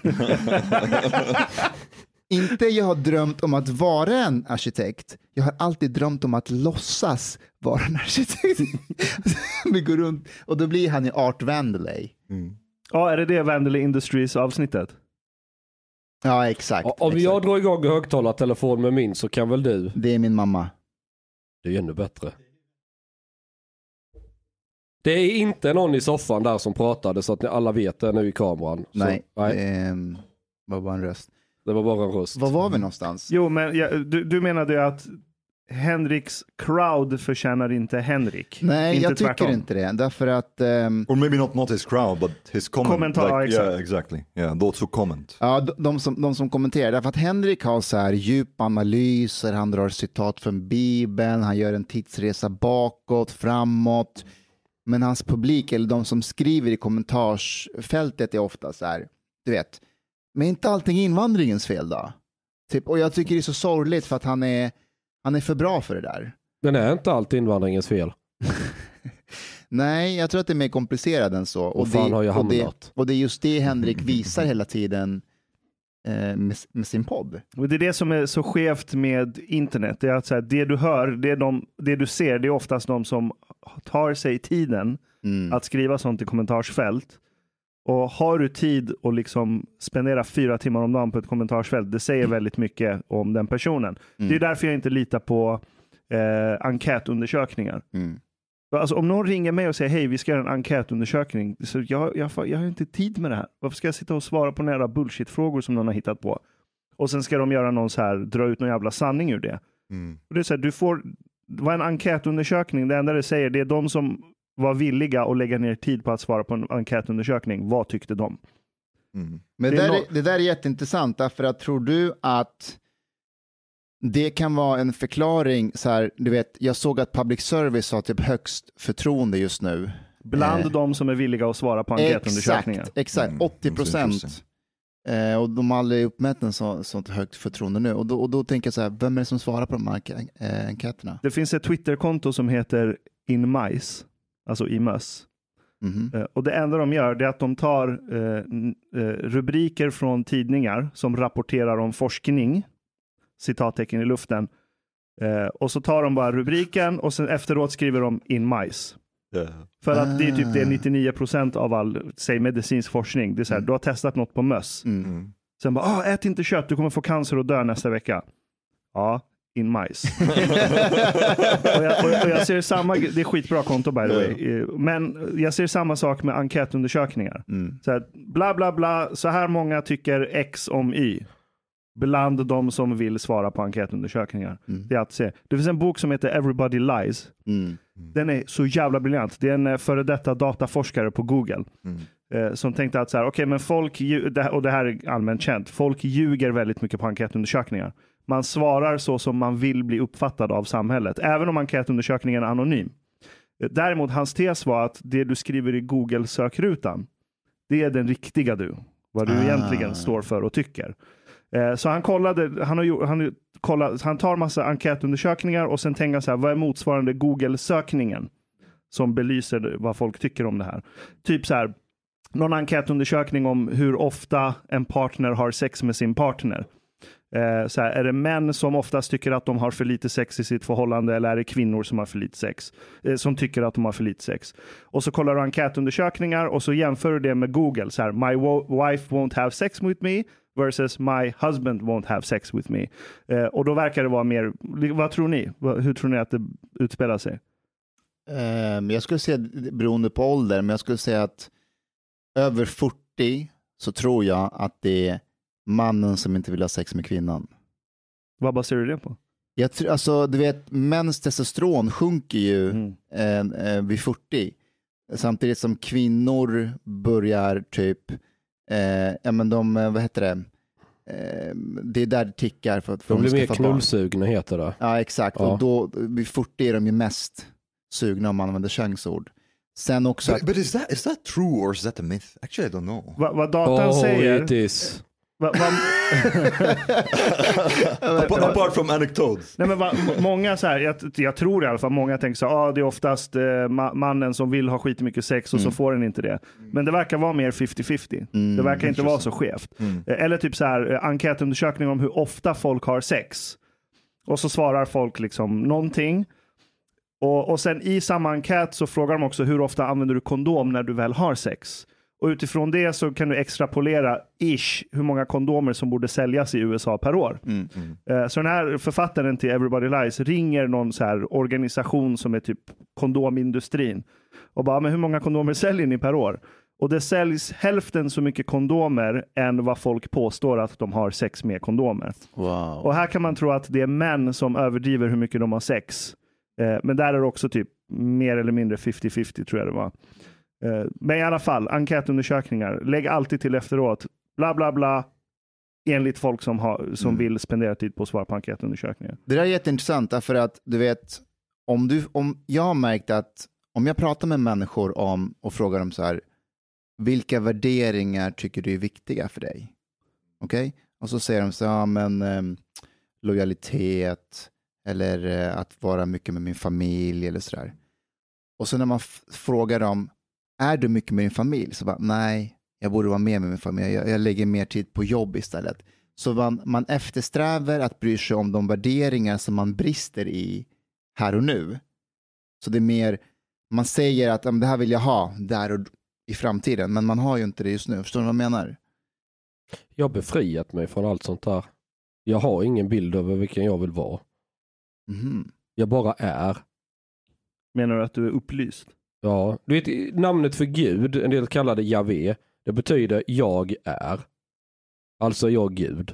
Inte jag har drömt om att vara en arkitekt. Jag har alltid drömt om att låtsas vara en arkitekt. Vi går runt och då blir han i Art Vandelay. Ja, är det Vandelay Industries avsnittet? Ja, exakt. Om jag drar igång högtalartelefon med min så kan väl du? Det är min mamma. Det är ännu bättre. Det är inte någon i soffan där som pratade så att ni alla vet det nu i kameran. Nej, så, nej. Det var bara en röst. Det var bara en röst. Var var vi någonstans? Jo, men du menade ju att Henriks crowd förtjänar inte Henrik. Nej, inte jag tycker tvärtom. inte det. Därför att... Or maybe not his crowd, but his comment. Kommentar, like, exakt. yeah, exactly. Yeah, those who comment. Ja, de som kommenterar. Därför att Henrik har så här djupa analyser, han drar citat från Bibeln, han gör en tidsresa bakåt, framåt. Men hans publik, eller de som skriver i kommentarsfältet är ofta så här, du vet, men inte allting invandringens fel då? Typ, och jag tycker det är så sorgligt för att han är för bra för det där. Men är inte allt invandringens fel? Nej, jag tror att det är mer komplicerat än så. Och fan har jag hamnat. Och det är just det Henrik visar hela tiden med sin podd. Och det är det som är så skevt med internet. Det är att så här, det du hör, det du ser, det är oftast de som tar sig tiden att skriva sånt i kommentarsfält. Och har du tid att liksom spendera 4 timmar om dagen på ett kommentarsfält, det säger väldigt mycket om den personen. Det är därför jag inte litar på enkätundersökningar. Alltså, om någon ringer mig och säger hej, vi ska göra en enkätundersökning, så jag har inte tid med det här. Varför ska jag sitta och svara på några bullshit-frågor som någon har hittat på? Och sen ska de göra någon så här, dra ut någon jävla sanning ur det. Och det är så här, det var en enkätundersökning, det enda det säger, det är de som var villiga att lägga ner tid på att svara på en enkätundersökning. Vad tyckte de? Men det där är jätteintressant, därför att tror du att det kan vara en förklaring så här, du vet, jag såg att public service har typ högst förtroende just nu. Bland de som är villiga att svara på enkätundersökningar. Exakt, 80%. Och de har aldrig uppmätt en sånt högt förtroende nu. Och då tänker jag så här, vem är det som svarar på de här enkäterna? Det finns ett Twitterkonto som heter InMice, alltså IMÖS. Och det enda de gör, det är att de tar rubriker från tidningar som rapporterar om forskning, citattecken i luften, och så tar de bara rubriken och sen efteråt skriver de InMice. För att det är typ det 99% av all, säg, medicinsk forskning. Det är så här, du har testat något på möss. Sen bara, ät inte kött, du kommer få cancer och dö nästa vecka. Ja, InMice. och jag ser samma, det är skitbra konto by the way. Men jag ser samma sak med enkätundersökningar. Så här, bla bla bla, så här många tycker X om Y. Bland de som vill svara på enkätundersökningar. Det är att se. Det finns en bok som heter Everybody Lies. Den är så jävla briljant. Det är en före detta dataforskare på Google. Som tänkte att så här, okej, men folk, och det här är allmänt känt, folk ljuger väldigt mycket på enkätundersökningar. Man svarar så som man vill bli uppfattad av samhället, även om enkätundersökningen är anonym. Däremot hans tes var att det du skriver i Google-sökrutan, det är den riktiga du. Vad du egentligen står för och tycker. Så han kollade, han tar massa enkätundersökningar och sen tänker han så här, vad är motsvarande Google-sökningen som belyser vad folk tycker om det här? Typ så här, någon enkätundersökning om hur ofta en partner har sex med sin partner. Så här, är det män som oftast tycker att de har för lite sex i sitt förhållande, eller är det kvinnor som har för lite sex, som tycker att de har för lite sex? Och så kollar du enkätundersökningar och så jämför du det med Google. Så här, my wife won't have sex with me versus my husband won't have sex with me. Och då verkar det vara mer, vad tror ni? Hur tror ni att det utspelar sig? Jag skulle säga, beroende på ålder, men jag skulle säga att över 40 så tror jag att det är mannen som inte vill ha sex med kvinnan. Vad baserar du det på? Alltså, du vet, mäns testosteron sjunker ju vid 40. Samtidigt som kvinnor börjar typ vad heter det? Det är där det tickar för de blir mer knullsugna, heter det. Ja, exakt. Ja. Och då vid 40 är de ju mest sugna om man använder könsord. Sen också but is that true or is that a myth? Actually I don't know. Vad datan säger... It is. Apart from anecdotes. Nej, men många så här, jag tror i alla fall många tänker så det är oftast mannen som vill ha skitmycket sex och så får den inte det. Men det verkar vara mer 50-50. Det verkar inte vara så skevt. Eller typ så här, enkätundersökning om hur ofta folk har sex. Och så svarar folk liksom någonting. Och sen i samma enkät så frågar de också hur ofta använder du kondom när du väl har sex. Och utifrån det så kan du extrapolera hur många kondomer som borde säljas i USA per år. Så den här författaren till Everybody Lies ringer någon så här organisation som är typ kondomindustrin. Och bara, men hur många kondomer säljer ni per år? Och det säljs hälften så mycket kondomer än vad folk påstår att de har sex med kondomer. Wow. Och här kan man tro att det är män som överdriver hur mycket de har sex. Men där är det också typ mer eller mindre 50-50 tror jag det var. Men i alla fall, enkätundersökningar. Lägg alltid till efteråt. Bla bla bla. Enligt folk som vill spendera tid på att svara på enkätundersökningar. Det där är jätteintressant. Därför att du vet, om jag har märkt att om jag pratar med människor om och frågar dem så här, vilka värderingar tycker du är viktiga för dig? Okej? Och så säger de så här, lojalitet eller att vara mycket med min familj eller sådär. Och så när man frågar dem, är du mycket med din familj? Så bara, nej, jag borde vara med min familj, jag lägger mer tid på jobb istället. Så man eftersträvar att bry sig om de värderingar som man brister i här och nu. Så det är mer, man säger att det här vill jag ha där och i framtiden, men man har ju inte det just nu. Förstår du vad jag menar? Jag har befriat mig från allt sånt här. Jag har ingen bild över vilken jag vill vara. Mm. Jag bara är. Menar du att du är upplyst? Ja, du vet namnet för Gud, en del kallar det Javé. Det betyder jag är. Alltså jag Gud.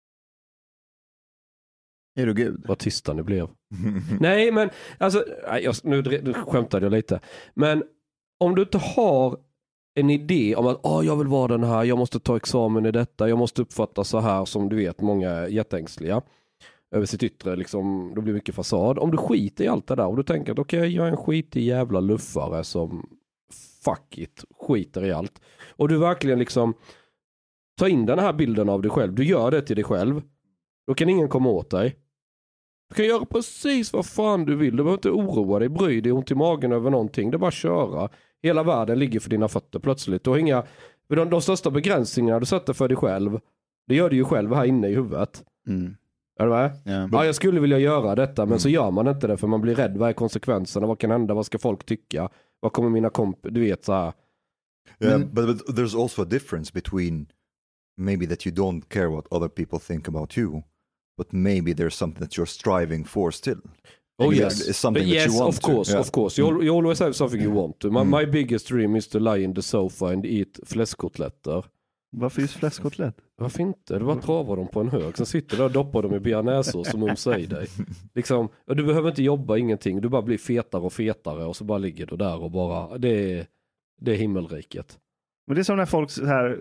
Är du Gud? Vad tysta ni blev. Nej, men alltså, nu skämtade jag lite. Men om du inte har en idé om att jag vill vara den här, jag måste ta examen i detta, jag måste uppfatta så här, som du vet, många är jätteängsliga över sitt yttre, liksom, då blir mycket fasad. Om du skiter i allt det där och du tänker att okej, jag är en skitig jävla luffare som fuck it, skiter i allt. Och du verkligen liksom tar in den här bilden av dig själv, du gör det till dig själv, då kan ingen komma åt dig. Du kan göra precis vad fan du vill, du behöver inte oroa dig, bry dig, ont i magen över någonting, det är bara att köra. Hela världen ligger för dina fötter plötsligt. Du har inga, de största begränsningarna du sätter för dig själv, det gör du ju själv här inne i huvudet. Mm. Är du med? Yeah. Ja, jag skulle vilja göra detta, men så gör man inte det för man blir rädd. Vad är konsekvenserna? Vad kan hända? Vad ska folk tycka? Vad kommer mina du vet så här. Yeah, but there's also a difference between maybe that you don't care what other people think about you, but maybe there's something that you're striving for still. Oh yes, it's something that you want of course, to. Yeah. Of course. You always have something you want to. My biggest dream is to lie in the sofa and eat fläskkotletter. Varför just fläskkotlett? Varför inte? Du bara travar dem på en hög. Sen sitter du och doppar dem i bearnaisesås som mumsar i dig. Liksom, du behöver inte jobba, ingenting. Du bara blir fetare och fetare och så bara ligger du där och bara, det är himmelriket. Men det är som när folk så här,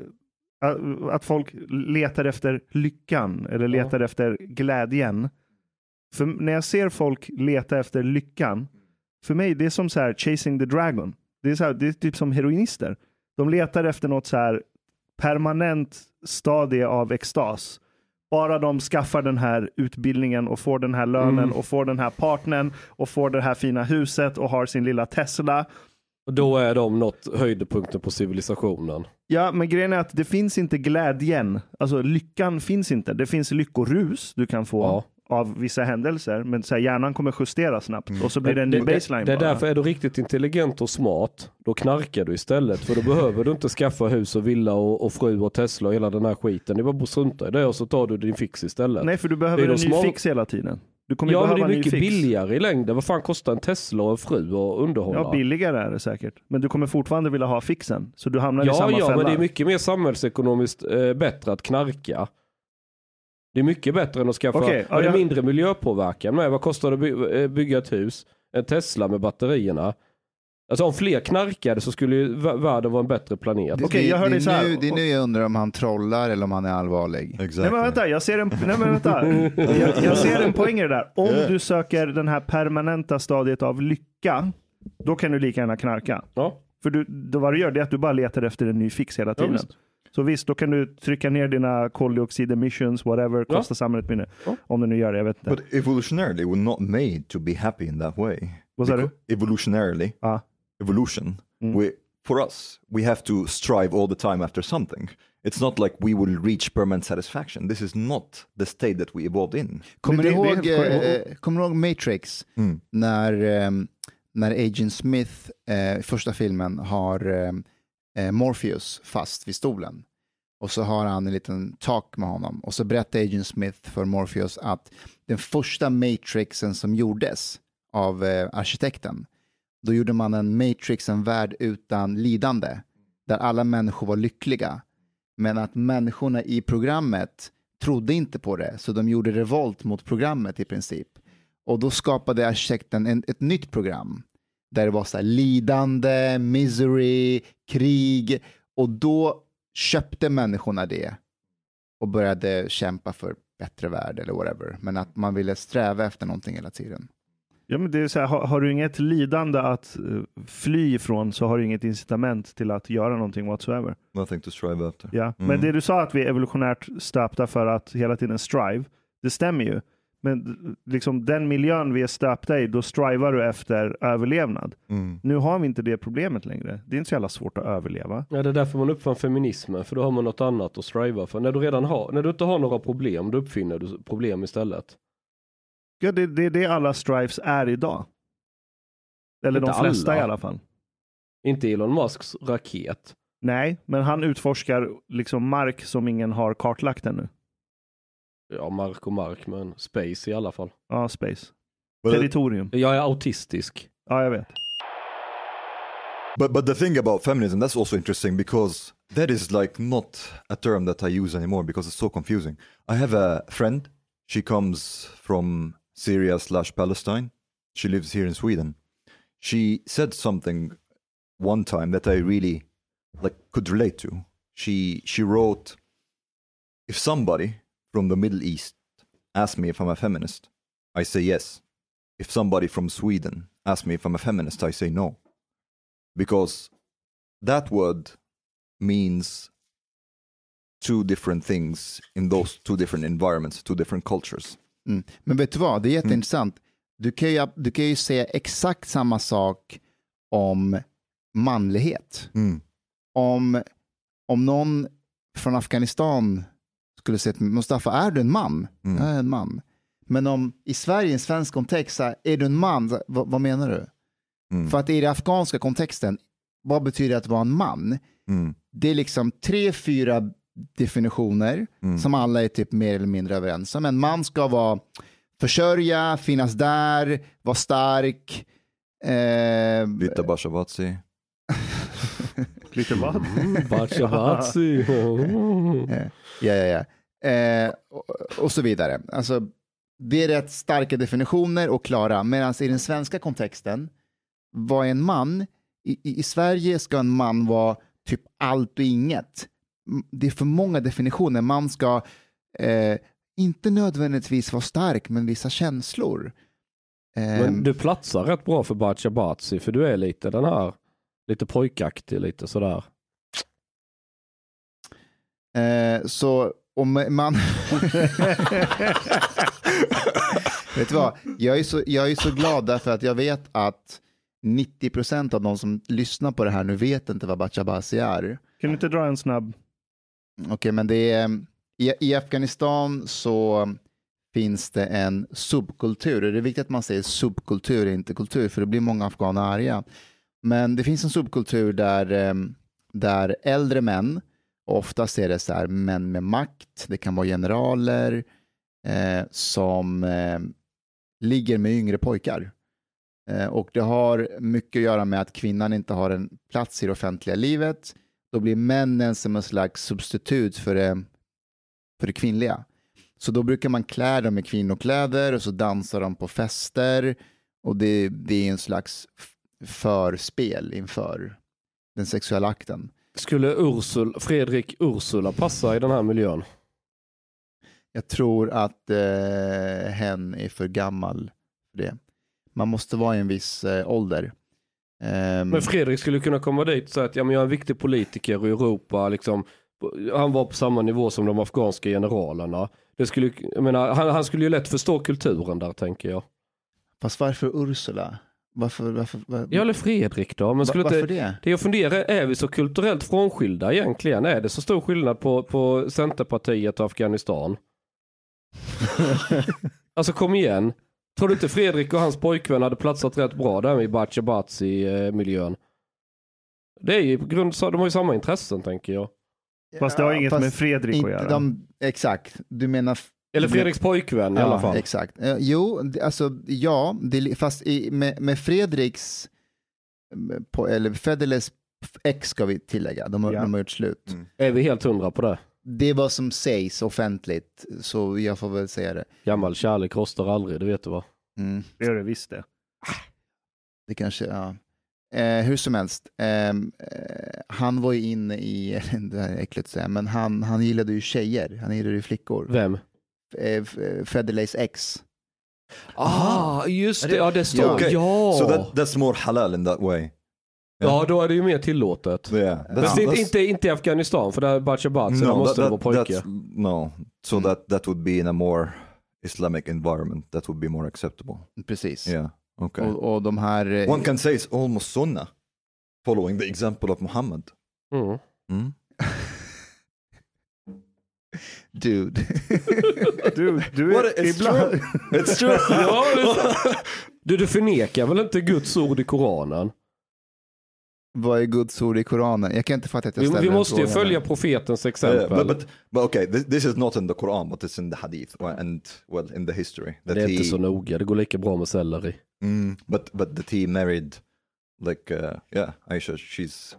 att folk letar efter lyckan eller letar efter glädjen. För när jag ser folk leta efter lyckan, för mig det är som så här chasing the dragon. Det är typ som heroinister. De letar efter något så här permanent stadie av extas. Bara de skaffar den här utbildningen och får den här lönen och får den här partnern och får det här fina huset och har sin lilla Tesla. Och då är de nått höjdepunkten på civilisationen. Ja, men grejen är att det finns inte glädjen. Alltså lyckan finns inte. Det finns lyckorus du kan få av vissa händelser. Men så här, hjärnan kommer justera snabbt. Och så blir det en ny baseline. Det är därför är du riktigt intelligent och smart. Då knarkar du istället. För då behöver du inte skaffa hus och villa och fru och Tesla och hela den här skiten. Det är bara att strunta i det och så tar du din fix istället. Nej, för du behöver en ny fix hela tiden. Du kommer men behöva det är mycket billigare i längden. Vad fan kostar en Tesla och en fru och underhålla? Ja, billigare är det säkert. Men du kommer fortfarande vilja ha fixen. Så du hamnar i samma fälla. Ja, men det är mycket mer samhällsekonomiskt bättre att knarka. Det är mycket bättre än att skaffa det är mindre miljöpåverkan. Men vad kostar det att bygga ett hus? En Tesla med batterierna. Alltså om fler knarkade så skulle ju världen vara en bättre planet. Det är nu jag undrar om han trollar eller om han är allvarlig. Exactly. Nej men vänta, jag ser en poäng i det där. Om du söker den här permanenta stadiet av lycka, då kan du lika gärna knarka. Ja. För vad du gör det är att du bara letar efter en ny fix hela tiden. Ja, så visst, då kan du trycka ner dina koldioxid emissions, whatever, kostar samhället mindre. Om du nu gör det, jag vet inte. But evolutionarily we're not made to be happy in that way. Vad sa du? Evolutionarily, evolution, for us, we have to strive all the time after something. It's not like we will reach permanent satisfaction. This is not the state that we evolved in. Kommer du ihåg Matrix? När Agent Smith i första filmen har Morpheus fast vid stolen. Och så har han en liten talk med honom. Och så berättar Agent Smith för Morpheus att den första Matrixen som gjordes av arkitekten, då gjorde man en Matrix, en värld utan lidande. Där alla människor var lyckliga. Men att människorna i programmet trodde inte på det. Så de gjorde revolt mot programmet i princip. Och då skapade arkitekten ett nytt program. Där det var så här lidande, misery, krig. Och då köpte människorna det. Och började kämpa för bättre värld eller whatever. Men att man ville sträva efter någonting hela tiden. Ja, men det är så här, har du inget lidande att fly ifrån, så har du inget incitament till att göra någonting whatsoever. Nothing to strive after. Ja, men det du sa att vi är evolutionärt stöpta för att hela tiden strive, det stämmer ju. Men liksom den miljön vi är stöpta i, då strivar du efter överlevnad. Nu har vi inte det problemet längre. Det är inte så jävla svårt att överleva. Ja, det är därför man uppfann feminismen, för då har man något annat att striva för. När du inte har några problem, då uppfinner du problem istället. Ja, det är det alla strives är idag. Eller inte de flesta alla. i alla fall. Inte Elon Musks raket. Nej, men han utforskar liksom mark som ingen har kartlagt ännu. Ja, mark, men space i alla fall. Ja, space. Territorium. Jag är autistisk. Ja, jag vet. But the thing about feminism, that's also interesting because that is like not a term that I use anymore because it's so confusing. I have a friend. She comes from Syria/Palestine. She lives here in Sweden. She said something one time that I really could relate to. She wrote, if somebody from the Middle East asks me if I'm a feminist, I say yes. If somebody from Sweden asks me if I'm a feminist, I say no. Because that word means two different things in those two different environments, two different cultures. Men vet du vad, det är jätteintressant. Du kan ju säga exakt samma sak om manlighet. Om någon från Afghanistan skulle säga till Mustafa, är du en man? Jag är en man. Men om i Sverige, i en svensk kontext, är du en man? Vad menar du? För att i den afghanska kontexten, vad betyder det att vara en man? Det är liksom 3-4 definitioner som alla är typ mer eller mindre överens om. En man ska vara försörja, finnas där, vara stark. Lite Bashabatsi. Lite vad? Bashabatsi. Ja. Och så vidare. Alltså, det är rätt starka definitioner och klara. Medan i den svenska kontexten, vad är en man? I Sverige ska en man vara typ allt och inget. Det är för många definitioner. Man ska inte nödvändigtvis vara stark, men vissa känslor. Men du platsar rätt bra för Bashabatsi, för du är lite den här, lite pojkaktig, lite sådär. Så om man vet du vad, jag är så glad därför att jag vet att 90% av de som lyssnar på det här nu vet inte vad Bashabatsi är. Kan du inte dra en snabb? Okej, men det är i Afghanistan så finns det en subkultur. Det är viktigt att man säger subkultur, inte kultur, för det blir många afghaner arga. Men det finns en subkultur där äldre män, oftast är det så här män med makt, det kan vara generaler som ligger med yngre pojkar. Och det har mycket att göra med att kvinnan inte har en plats i det offentliga livet. Då blir männen som en slags substitut för det kvinnliga. Så då brukar man klä dem med kvinnokläder och så dansar de på fester. Och det är en slags förspel inför den sexuella akten. Skulle Fredrik Ursula passa i den här miljön? Jag tror att hen är för gammal för det. Man måste vara i en viss ålder. Men Fredrik skulle kunna komma dit och säga att jag är en viktig politiker i Europa. Liksom, han var på samma nivå som de afghanska generalerna. Han skulle ju lätt förstå kulturen där, tänker jag. Fast varför Ursula? Varför? Ja, eller Fredrik då. Men varför det? Det jag funderar, är vi så kulturellt frånskilda egentligen? Är det så stor skillnad på Centerpartiet och Afghanistan? Alltså kom igen. Tror du inte Fredrik och hans pojkvän hade platsat rätt bra där med Bashabatsi-miljön? Det är ju grund, de har ju samma intressen, tänker jag. Fast det har inget med Fredrik att göra. Exakt, du menar... Eller Fredriks pojkvän i alla fall. Exakt. Jo, alltså ja, fast med Fredriks eller Federles ex ska vi tillägga, de har gjort slut. Är vi helt 100 på det? Det är vad som sägs offentligt, så jag får väl säga det. Gammal kärlek rostar aldrig, det vet du va? Det gör det visst det. Det kanske, ja. Hur som helst, han var ju inne i, det här är äckligt att säga, men han gillade ju tjejer, han gillade ju flickor. Vem? Federleys ex. Just det, ja det står. Ja. Okay. Ja. So that's more halal in that way. Ja, då är det ju mer tillåtet. Yeah. Men inte i Afghanistan, för där är Bashabatsi, där måste det vara pojke. So that would be in a more Islamic environment that would be more acceptable. Precis. Yeah, okay. Och de här... One can say it's almost sunnah, following the example of Muhammad. Dude. It's true. It's true. Du förnekar väl inte Guds ord i Koranen? Vad är Guds ord i Koranen? Jag kan inte fatta att jag ställer Vi måste ju frågan. följa profetens exempel. But okay, this is not in the Quran, but it's in the hadith and in the history. That det är inte så noga, det går lika bra med selleri. But that he married like Aisha, she's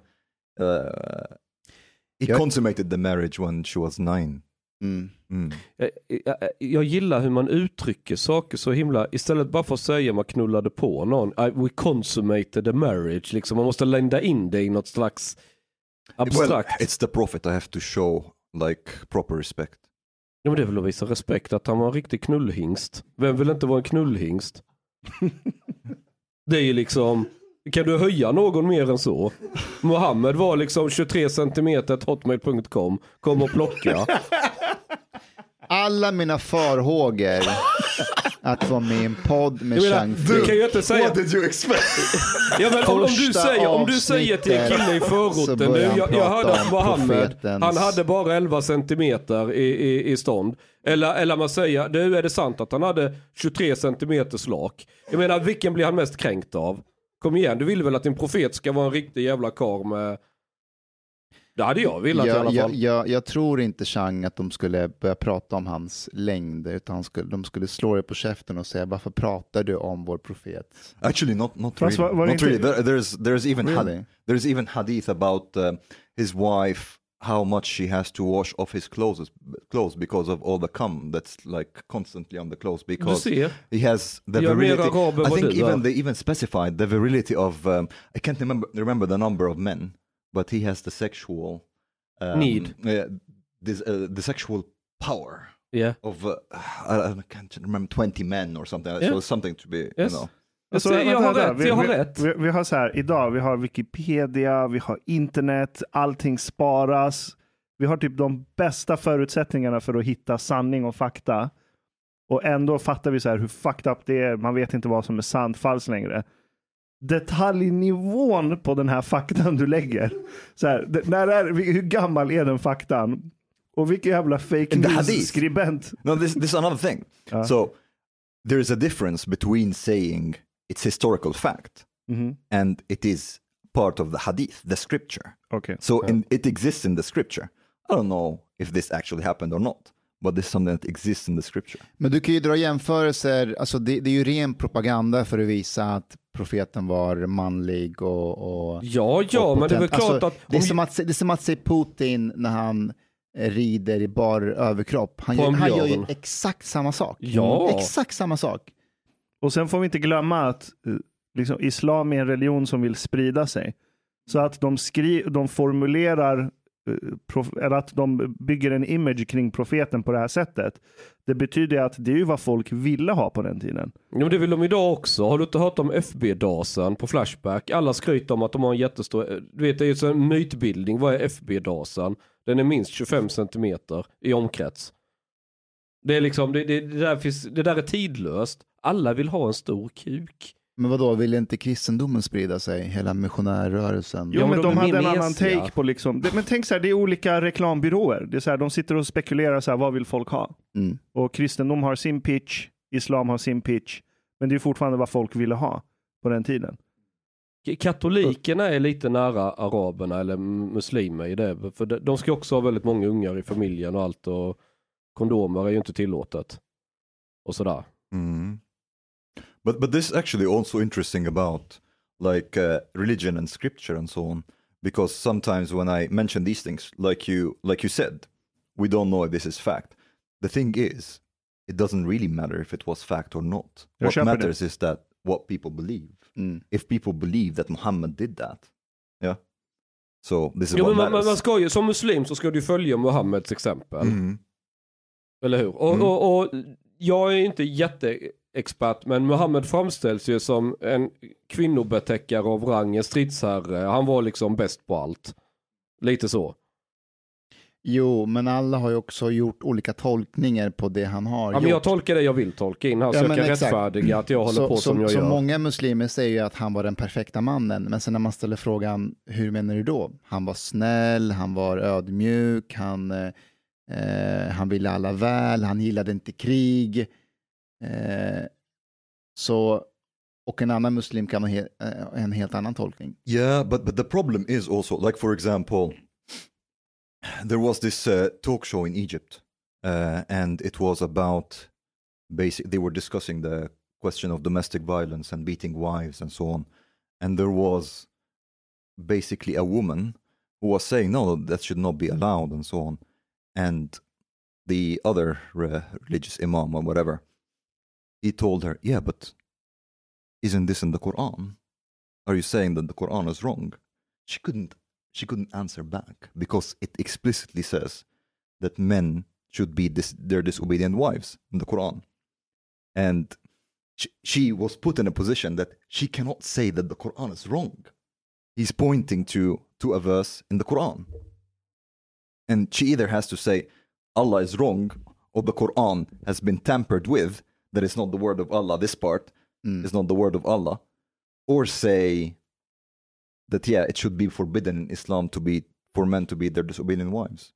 he consummated the marriage when she was 9. Jag gillar hur man uttrycker saker så himla, istället bara för att säga man knullade på någon, we consummated the marriage, liksom man måste lända in det i något slags abstrakt. Well, it's the prophet, I have to show like proper respect. Ja, men det är väl att visa respekt att han var en riktig knullhingst. Vem vill inte vara en knullhingst? Det är ju liksom, kan du höja någon mer än så? Mohammed var liksom 23 centimeter hotmail.com, kom och plocka. Alla mina farhågor att vara med i en podd med Chang Du kan ju inte säga... What did you expect? Ja, men om du säger till en kille i förorten nu, jag hörde att Mohammed, han hade bara 11 centimeter i stånd. Eller man säger, nu är det sant att han hade 23 centimeter slak. Jag menar, vilken blir han mest kränkt av? Kom igen, du vill väl att din profet ska vara en riktig jävla karl med... Det hade jag velat i alla fall. Jag tror inte, Chang, att de skulle börja prata om hans längd, utan de skulle slå dig på käften och säga, varför pratar du om vår profet? Actually, not really. Not really. There's even hadith about his wife, how much she has to wash off his clothes because of all the cum that's like constantly on the clothes, because he has the virility. I think they even specified the virility of I can't remember the number of men, but he has the sexual need, the sexual power of I can't remember 20 men or something. So something to be, you know. Alltså, jag har rätt. Vi har så här, idag, vi har Wikipedia, vi har internet, allting sparas. Vi har typ de bästa förutsättningarna för att hitta sanning och fakta. Och ändå fattar vi så här hur fucked up det är. Man vet inte vad som är sant, falskt längre. Detaljnivån på den här faktan du lägger. Så här, hur gammal är den faktan? Och vilken jävla fake news-skribent. No, this is another thing. So there is a difference between saying it's historical fact and it is part of the hadith, the scripture. Okay. So it exists in the scripture. I don't know if this actually happened or not, but this is something that exists in the scripture. Men du kan ju dra jämförelser, alltså det är ju ren propaganda för att visa att profeten var manlig och Ja, men det är väl klart alltså, att... Det är som att se Putin när han rider i bar överkropp. Han gör ju exakt samma sak. Ja. Exakt samma sak. Och sen får vi inte glömma att liksom, islam är en religion som vill sprida sig. Så att de formulerar eller att de bygger en image kring profeten på det här sättet. Det betyder att det är ju vad folk ville ha på den tiden. Ja, men det vill de idag också. Har du inte hört om FB-dasen på Flashback? Alla skryter om att de har en jättestor... Du vet, det är ju en mytbildning. Vad är FB-dasen? Den är minst 25 centimeter i omkrets. Det är liksom... Det där är tidlöst. Alla vill ha en stor kuk. Men vadå, vill inte kristendomen sprida sig? Hela missionärrörelsen? Jo, men de hade en annan take på liksom... Men tänk så här, det är olika reklambyråer. Det är så här, de sitter och spekulerar så här, vad vill folk ha? Och kristendom har sin pitch, islam har sin pitch. Men det är fortfarande vad folk ville ha på den tiden. Katolikerna är lite nära araberna eller muslimer i det. För de ska också ha väldigt många ungar i familjen och allt. Och kondomer är ju inte tillåtet. Och sådär. But this is actually also interesting about like religion and scripture and so on, because sometimes when I mention these things, like you said, we don't know if this is fact. The thing is, it doesn't really matter if it was fact or not. What matters is that what people believe. If people believe that Muhammad did that, so this is what matters. Man ska ju, som muslim så ska du följa Muhammeds exempel. Eller hur? Och jag är inte jätteexpert, men Muhammed framställs ju som en kvinnobetäckare av rang, en stridsherre. Han var liksom bäst på allt. Lite så. Jo, men alla har ju också gjort olika tolkningar på det han har gjort. Men jag tolkar det jag vill tolka in. Han söker rättfärdiga att jag håller på som jag gör. Så många muslimer säger ju att han var den perfekta mannen. Men sen när man ställer frågan, hur menar du då? Han var snäll, han var ödmjuk, han ville alla väl, han gillade inte krig. Och en annan muslim kan ha en helt annan tolkning. Yeah, but the problem is also, like for example, there was this talk show in Egypt, and it was about they were discussing the question of domestic violence and beating wives and so on. And there was basically a woman who was saying, no, that should not be allowed and so on. And the other religious imam or whatever, he told her, yeah, but isn't this in the Quran? Are you saying that the Quran is wrong? She couldn't answer back because it explicitly says that men should be their disobedient wives in the Quran. And she was put in a position that she cannot say that the Quran is wrong. He's pointing to a verse in the Quran. And she either has to say Allah is wrong or the Quran has been tampered with, that it's not the word of Allah, this part is not the word of Allah, or say that, yeah, it should be forbidden in Islam for men to be their disobedient wives.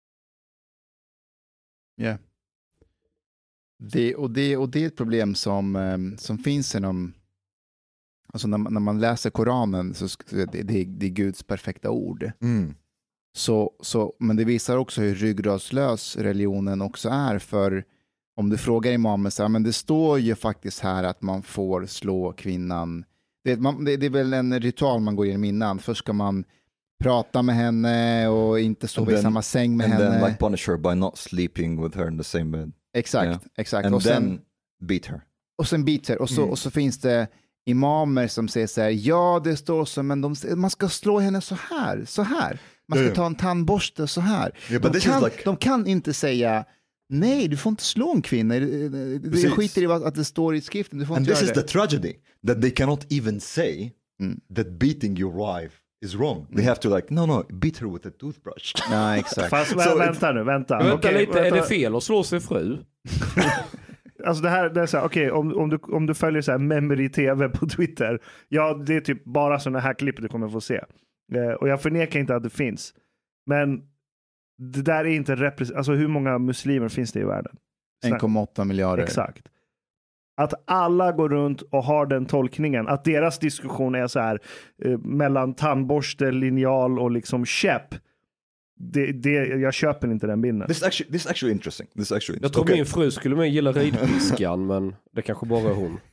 Yeah. Det är ett problem som finns inom, alltså när man läser Koranen, så det är Guds perfekta ord. Men det visar också hur ryggradslös religionen också är, för om du frågar imamen så här, men det står ju faktiskt här att man får slå kvinnan. Det är väl en ritual man går igenom innan. Först ska man prata med henne och inte sova i samma säng med henne. And then like punish her by not sleeping with her in the same bed. Exakt. And och then beat her. Och sen beat her. Och så finns det imamer som säger så här, ja det står så, men man ska slå henne så här. Man ska ta en tandborste så här. Yeah, de kan inte säga, nej, du får inte slå en kvinna. Det skiter i att det står i skriften. Du får and inte this göra is the tragedy, that they cannot even say that beating your wife is wrong. They have to no, beat her with a toothbrush. Nej, exakt. Fast vänta. Vänta lite, är det fel att slå sig fru? Alltså det är så här, okej, om du följer så här memory TV på Twitter, ja, det är typ bara sådana här klipp du kommer få se. Och jag förnekar inte att det finns. Men det där är inte alltså hur många muslimer finns det i världen? 1,8 miljarder. Exakt. Att alla går runt och har den tolkningen, att deras diskussion är så här mellan tandborste, linjal och liksom käpp. Jag köper inte den bilden. This is actually interesting. Jag tror min fru skulle med gilla ridpiskan, men det kanske bara är hon.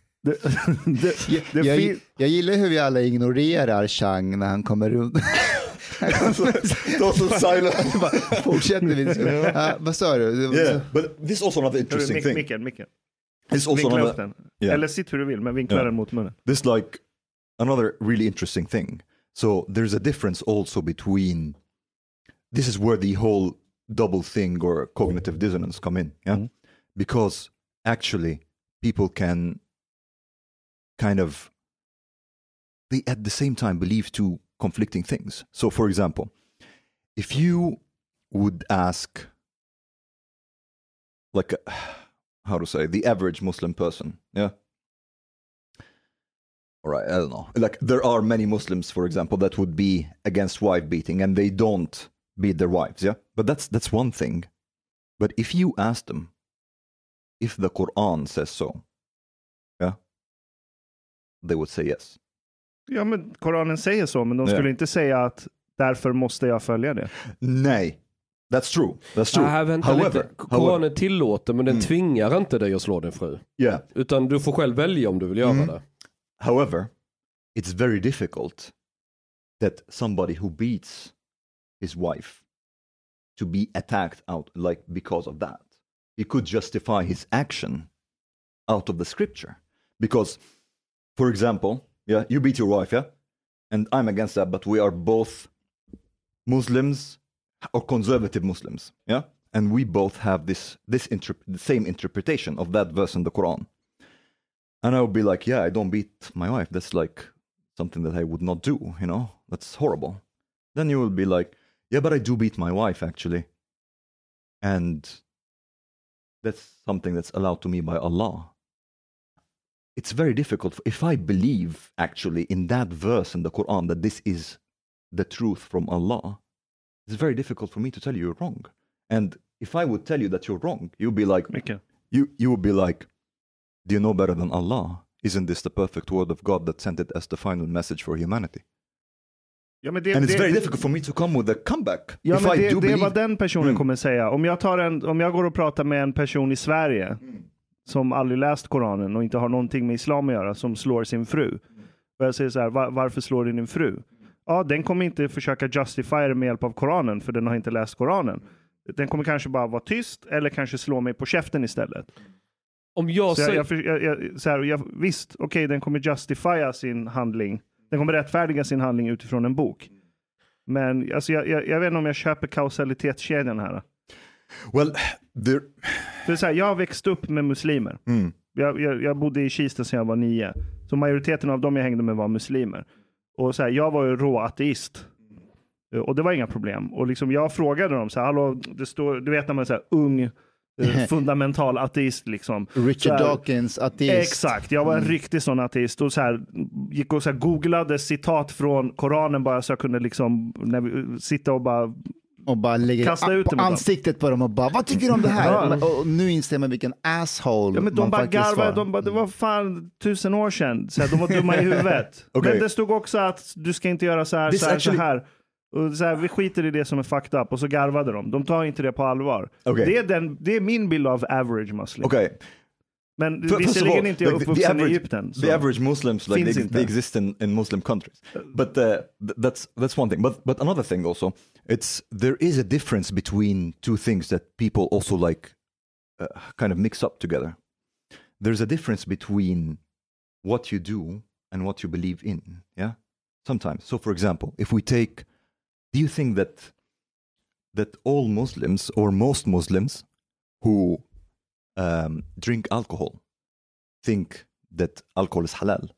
Jag gillar hur vi alla ignorerar Chang när han kommer runt. Fortsätter vi. Vad sa du? Yeah, but this is also another interesting thing. Micken. Vinkla upp den. Yeah. Eller sitt hur du vill, men vinkla den mot munnen. This like another really interesting thing. So there's a difference also between, this is where the whole double thing or cognitive dissonance come in, yeah? Because actually people can kind of, they at the same time believe two conflicting things. So for example, if you would ask like how to say, the average Muslim person, yeah? All right, I don't know. Like there are many Muslims, for example, that would be against wife beating and they don't beat their wives, yeah? But that's one thing. But if you ask them if the Quran says so, yeah? They would say yes. Ja, men Koranen säger så, men de skulle inte säga att därför måste jag följa det. Nej. That's true. However, Koranen tillåter, men den tvingar inte dig att slå din fru. Yeah. Utan du får själv välja om du vill göra det. However, it's very difficult that somebody who beats his wife to be attacked out like because of that. He could justify his action out of the scripture. Because, for example, yeah, you beat your wife, yeah? And I'm against that, but we are both Muslims or conservative Muslims, yeah? And we both have the same interpretation of that verse in the Quran. And I would be like, yeah, I don't beat my wife. That's like something that I would not do, you know? That's horrible. Then you will be like, yeah, but I do beat my wife, actually. and that's something that's allowed to me by Allah. It's very difficult. If I believe actually in that verse in the Quran that this is the truth from Allah, it's very difficult for me to tell you you're wrong. And if I would tell you that you're wrong, you'd be like, you would be like, do you know better than Allah? Isn't this the perfect word of God that sent it as the final message for humanity? Ja, and it's very difficult for me to come with a comeback. Ja, men det är vad den personen kommer säga. Om jag går och pratar med en person i Sverige som aldrig läst Koranen och inte har någonting med islam att göra, som slår sin fru. Och jag säger så här, varför slår din fru? Ja, den kommer inte försöka justify det med hjälp av Koranen, för den har inte läst Koranen. Den kommer kanske bara vara tyst eller kanske slå mig på käften istället. Om jag säger... Visst, okej, den kommer justifya sin handling. Den kommer rättfärdiga sin handling utifrån en bok. Men alltså, jag vet inte om jag köper kausalitetskedjan här. Well, för så här, jag har växt upp med muslimer. Jag bodde i Kista sedan jag var 9. Så majoriteten av dem jag hängde med var muslimer. Och så här, jag var ju rå ateist. Och det var inga problem. Och liksom jag frågade dem så här, hallå, det står, du vet när man är så här ung fundamental ateist liksom. Richard Dawkins ateist. Exakt, jag var en riktig sån ateist och så här, gick och så här, googlade citat från Koranen bara så jag kunde liksom sitta och bara lägga kasta ut på ansiktet på dem och bara, vad tycker du om det här? Och nu inser man vilken asshole. Ja, men de bara garvade, det var fan 1000 år sedan. Så här, de var dumma i huvudet. Men det stod också att du ska inte göra så här, så här. Och så här, vi skiter i det som är fucked up. Och så garvade de tar inte det på allvar. Det är min bild av average muslim. Men visserligen inte jag uppvuxen i Egypten. The average Muslims, like they exist in Muslim countries. But that's one thing. But another thing also, there is a difference between two things that people also like kind of mix up together. There's a difference between what you do and what you believe in. Yeah, sometimes. So, for example, if we take, do you think that all Muslims or most Muslims who drink alcohol think that alcohol is halal?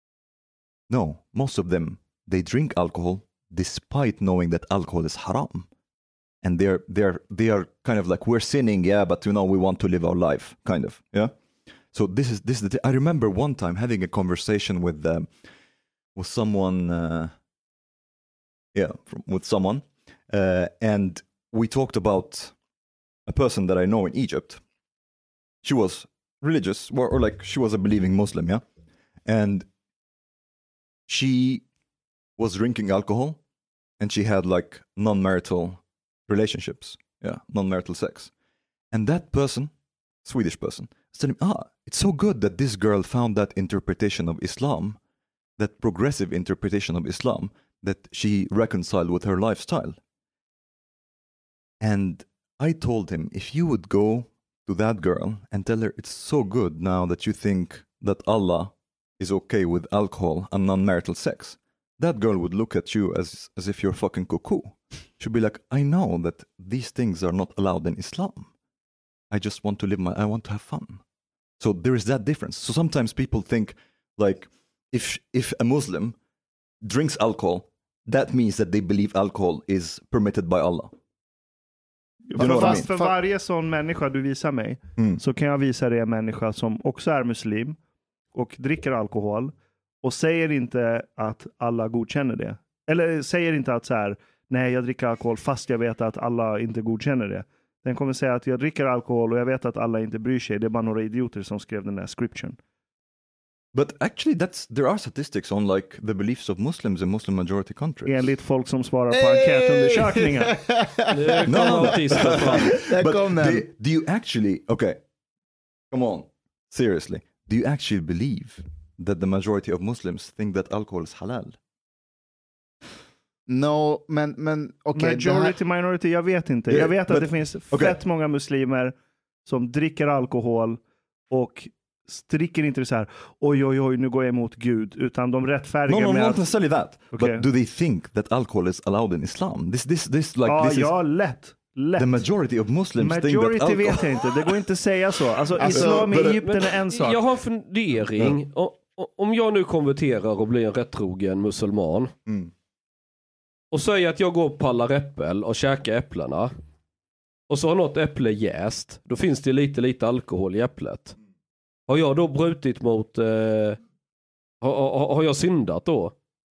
No, most of them, they drink alcohol despite knowing that alcohol is haram, and they are kind of like, we're sinning, yeah, but we want to live our life, kind of, yeah. So this is I remember one time having a conversation with someone, with someone, and we talked about a person that I know in Egypt. She was religious, or like she was a believing Muslim, yeah? And she was drinking alcohol, and she had like non-marital relationships, non-marital sex. And that person, Swedish person, said, it's so good that this girl found that interpretation of Islam, that progressive interpretation of Islam, that she reconciled with her lifestyle. And I told him, if you would go to that girl and tell her it's so good now that you think that Allah is okay with alcohol and non-marital sex, that girl would look at you as if you're fucking cuckoo. She'd be like, I know that these things are not allowed in Islam. I just want to I want to have fun. So there is that difference. So sometimes people think like, if a Muslim drinks alcohol, that means that they believe alcohol is permitted by Allah. Fast för varje sån människa du visar mig, så kan jag visa dig en människa som också är muslim och dricker alkohol och säger inte att alla godkänner det. Eller säger inte att så här, nej, jag dricker alkohol fast jag vet att alla inte godkänner det. Den kommer säga att jag dricker alkohol och jag vet att alla inte bryr sig. Det är bara några idioter som skrev den där scripturen. But actually there are statistics on like the beliefs of Muslims in Muslim majority countries. Enligt folk som svarar på enkätundersökningar. Do you actually, come on, seriously, do you actually believe that the majority of Muslims think that alcohol is halal? No, men okej. Minority, jag vet inte. Jag vet att det finns fett många muslimer som dricker alkohol och dricker inte så här, oj, nu går jag emot Gud, utan de rättfärdigar med not necessarily that. But do they think that alcohol is allowed in Islam? This lätt. The majority of Muslims think that alcohol... vet jag inte. Det går inte att säga så. Alltså islam i Egypten är en sak. Jag har en fundering. Om jag nu konverterar och blir en rättrogen musulman och säger att jag går på alla äppel och käkar äpplena, och så har något äpple jäst, då finns det lite alkohol i äpplet. Har jag då brutit mot har jag syndat då?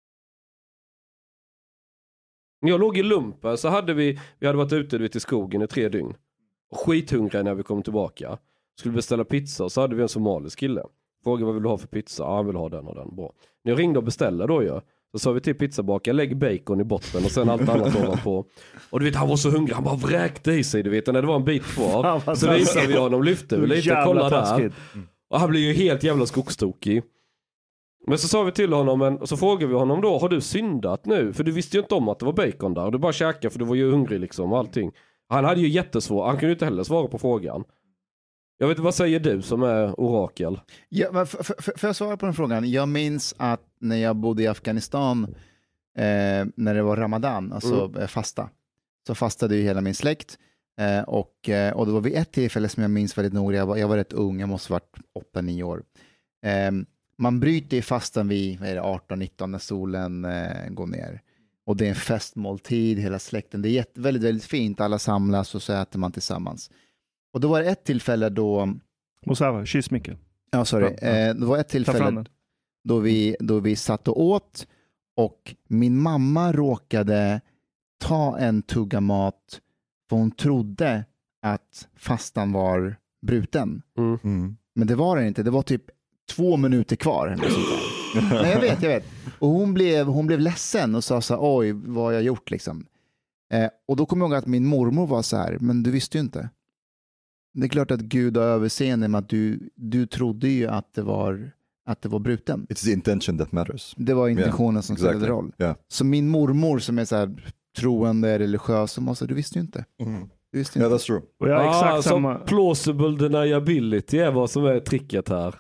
När jag låg i lumpen så hade vi hade varit ute i skogen i 3 dygn. Och skithungriga när vi kom tillbaka. Skulle beställa pizza och så hade vi en somalisk kille. Frågade vad vill du ha för pizza? Ja, han vill ha den och den. Bra. När jag ringde och beställde då så sa vi till pizzabakaren, lägg bacon i botten och sen allt annat ovanpå. Och du vet, han var så hungrig, han bara vräkte i sig, du vet, när det var en bit kvar. Så visade vi honom, lyfte vi lite, kolla där. Och han blev ju helt jävla skogstokig. Men så sa vi till honom, och så frågade vi honom då, har du syndat nu? För du visste ju inte om att det var bacon där. Och du bara käkade för du var ju hungrig liksom och allting. Han hade ju jättesvårt, han kunde ju inte heller svara på frågan. Jag vet inte, vad säger du som är orakel? Ja, men för jag svara på den frågan. Jag minns att när jag bodde i Afghanistan, när det var Ramadan, alltså fasta, så fastade ju hela min släkt. Och det var vid ett tillfälle som jag minns väldigt noga. Jag var rätt ung, jag måste ha varit 8-9 år. Man bryter i fastan vid 18-19 när solen går ner. Och det är en festmåltid, hela släkten. Det är väldigt, väldigt fint. Alla samlas och så äter man tillsammans. Och då var det ett tillfälle då... Mossava, kyss Micke. Ja, sorry. Det var ett tillfälle då vi satt och åt. Och min mamma råkade ta en tugga mat för hon trodde att fastan var bruten. Men det var det inte. Det var typ 2 minuter kvar. Eller sånt där. Men jag vet. Och hon blev ledsen och sa så här, oj, vad har jag gjort liksom. Och då kom jag ihåg att min mormor var så här, men du visste ju inte. Det är klart att Gud har överseende med att du trodde ju att det var bruten. It's the intention that matters. Det var intentionen som spelade roll. Yeah. Så min mormor som är så här troende, religiös, som sa, du visste ju inte. Du visste inte. Yeah, that's true. Och jag exakt samma... Plausible deniability är vad som är tricket här.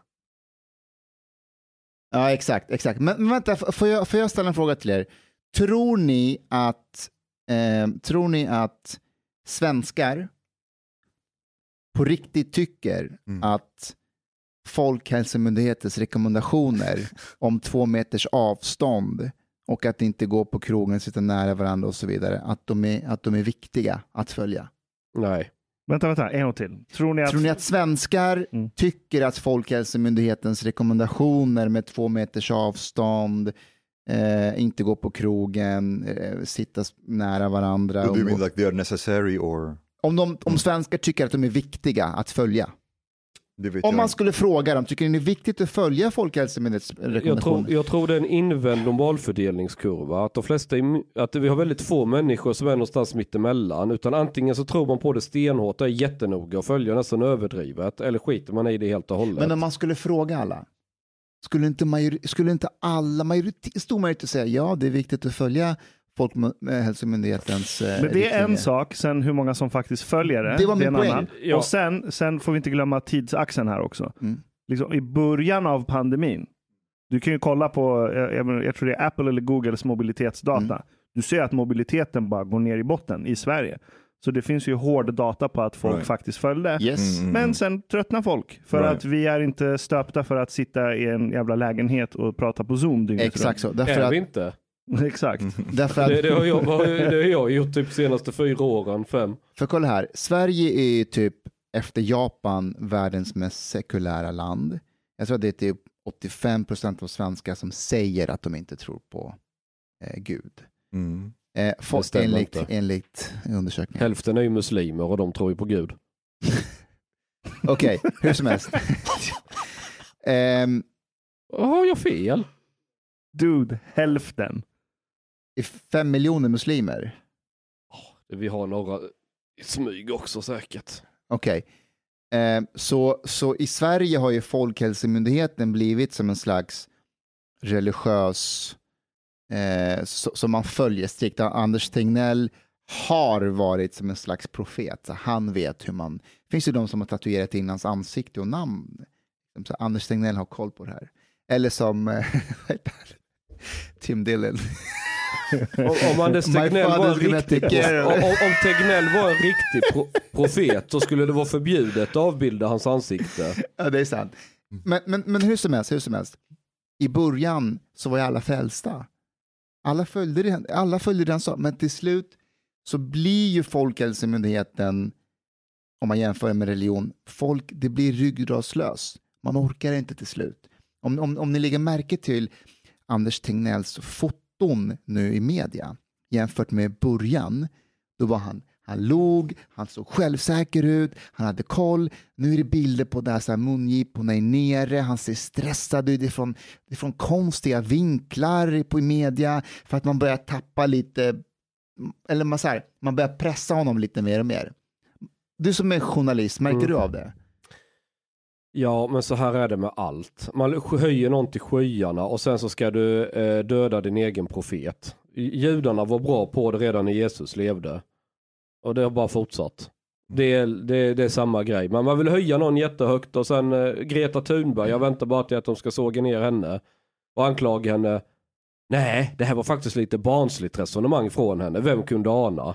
Ja, exakt. Men vänta, får jag ställa en fråga till er? Tror ni att svenskar på riktigt tycker att Folkhälsomyndighetens rekommendationer om 2 meters avstånd och att inte gå på krogen, sitta nära varandra och så vidare, att de är viktiga att följa? Nej. Vänta, en gång till. Tror ni att svenskar tycker att Folkhälsomyndighetens rekommendationer med 2 meters avstånd, inte gå på krogen, sitta nära varandra? Do you mean like they are necessary or... Om svenskar tycker att de är viktiga att följa. Om man skulle fråga dem, tycker ni det är viktigt att följa Folkhälsomyndighetens rekommendationer? Jag tror det är en invänd normalfördelningskurva. Att de flesta att vi har väldigt få människor som är någonstans mittemellan. Utan antingen så tror man på det stenhårt och är jättenoga och följer nästan överdrivet. Eller skiter man i det helt och hållet. Men om man skulle fråga alla, skulle inte alla stor majoritet säga ja, det är viktigt att följa Folkhälsomyndighetens men det är en sak, sen hur många som faktiskt följer det. Det var min poäng. Ja. Och sen får vi inte glömma tidsaxeln här också. Liksom, i början av pandemin, du kan ju kolla på, jag tror det är Apple eller Googles mobilitetsdata. Du ser att mobiliteten bara går ner i botten i Sverige. Så det finns ju hård data på att folk faktiskt följde. Yes. Men sen tröttnar folk. För att vi är inte stöpta för att sitta i en jävla lägenhet och prata på Zoom. Exakt så. Är vi inte? Exakt. Därför att... det har jag gjort typ senaste 4 åren, 5. För kolla här, Sverige är ju typ efter Japan världens mest sekulära land. Jag tror att det är typ 85% av svenskar som säger att de inte tror på Gud. Enligt undersökningen. Hälften är ju muslimer och de tror ju på Gud. Okej, hur som helst. Har jag fel? Dude, hälften. 5 miljoner muslimer. Vi har några i smyg också säkert. Okej. Så i Sverige har ju Folkhälsomyndigheten blivit som en slags religiös som man följer strikt. Anders Tegnell har varit som en slags profet. Så han vet hur man... Det finns ju de som har tatuerat in hans ansikte och namn. Så Anders Tegnell har koll på det här. Eller som Tim Dillon. Om Anders Tegnell var en riktig om Tegnell var en riktig profet så skulle det vara förbjudet att avbilda hans ansikte. Ja, det är sant. Men hur som helst. I början så var ju alla frälsta. Alla följde det han sa. Men till slut så blir ju Folkhälsomyndigheten om man jämför med religion, det blir ryggradslöst. Man orkar inte till slut. Om ni lägger märke till Anders Tegnells foton nu i media jämfört med början, då var han låg, han såg självsäker ut, han hade koll. Nu är det bilder på där så här mungiporna är nere, han ser stressad ut ifrån konstiga vinklar på media för att man börjar tappa lite, eller man börjar pressa honom lite mer och mer. Du som är journalist, märker du av det? Ja, men så här är det med allt. Man höjer någon till skyarna och sen så ska du döda din egen profet. Judarna var bra på det redan när Jesus levde. Och det har bara fortsatt. Det är samma grej. Men man vill höja någon jättehögt och sen Greta Thunberg, jag väntar bara till att de ska såga ner henne och anklaga henne. Nej, det här var faktiskt lite barnsligt resonemang från henne. Vem kunde ana?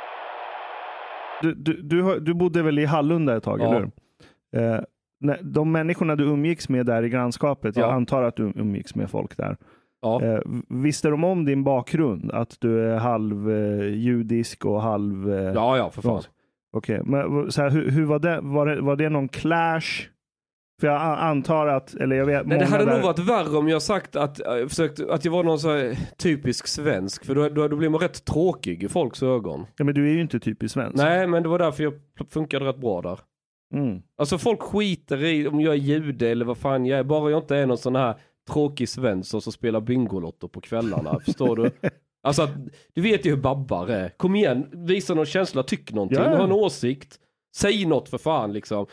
Du bodde väl i Hallunda ett tag, eller hur? De människorna du umgicks med där i grannskapet, jag antar att du umgicks med folk där. Ja. Visste de om din bakgrund? Att du är halv judisk och halv... Ja, för fan. Okej, men så här, hur var det? Var det någon clash? För jag antar att... Eller jag vet, nej, det hade nog varit värre om jag sagt att jag var någon så här typisk svensk. För då blir man rätt tråkig i folks ögon. Ja, men du är ju inte typisk svensk. Nej, men det var därför jag funkade rätt bra där. Alltså folk skiter i om jag är jude eller vad fan jag är. Bara jag inte är någon sån här tråkig svensk som spelar bingolotto på kvällarna. Förstår du? Alltså, du vet ju hur babbar är. Kom igen, visa någon känsla, tyck någonting. Ha en åsikt. Säg något för fan liksom.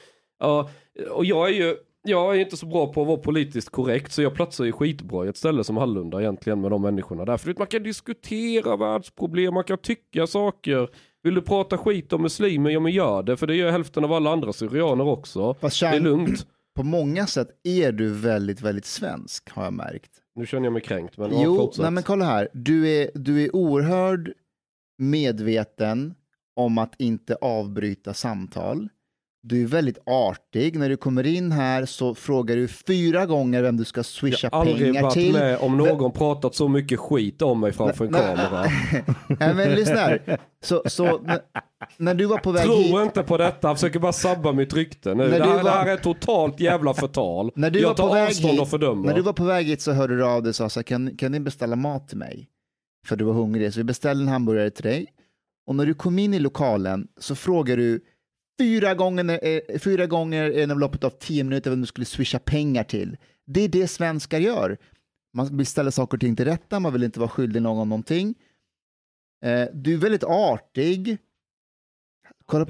Och jag är inte så bra på att vara politiskt korrekt, så jag platsar ju skitbra i ett ställe som Hallunda egentligen med de människorna. Därför att man kan diskutera världsproblem, man kan tycka saker. Vill du prata skit om muslimer, ja men gör det, för det gör hälften av alla andra syrianer också. Fast det är lugnt. På många sätt är du väldigt, väldigt svensk, har jag märkt. Nu känner jag mig kränkt, men nej men kolla här. Du är oerhörd medveten om att inte avbryta samtal. Du är väldigt artig. När du kommer in här så frågar du 4 gånger vem du ska swisha pengar till. Jag har aldrig varit med om någon pratat så mycket skit om mig framför en kamera. Nej, men lyssna här. Så när du var på väg hit... Tror inte på detta, jag försöker bara sabba mitt rykte nu. Det här är totalt jävla förtal. Jag tar avstånd och fördömer. När du var på väg hit så hörde du av dig och sa så här, kan ni beställa mat till mig? För du var hungrig, så vi beställde en hamburgare till dig. Och när du kom in i lokalen så frågar du 4 gånger inom loppet av 10 minuter vem du skulle swisha pengar till. Det är det svenskar gör. Man vill ställa saker och ting till rätta, man vill inte vara skyldig någonting. Du är väldigt artig. Kolla.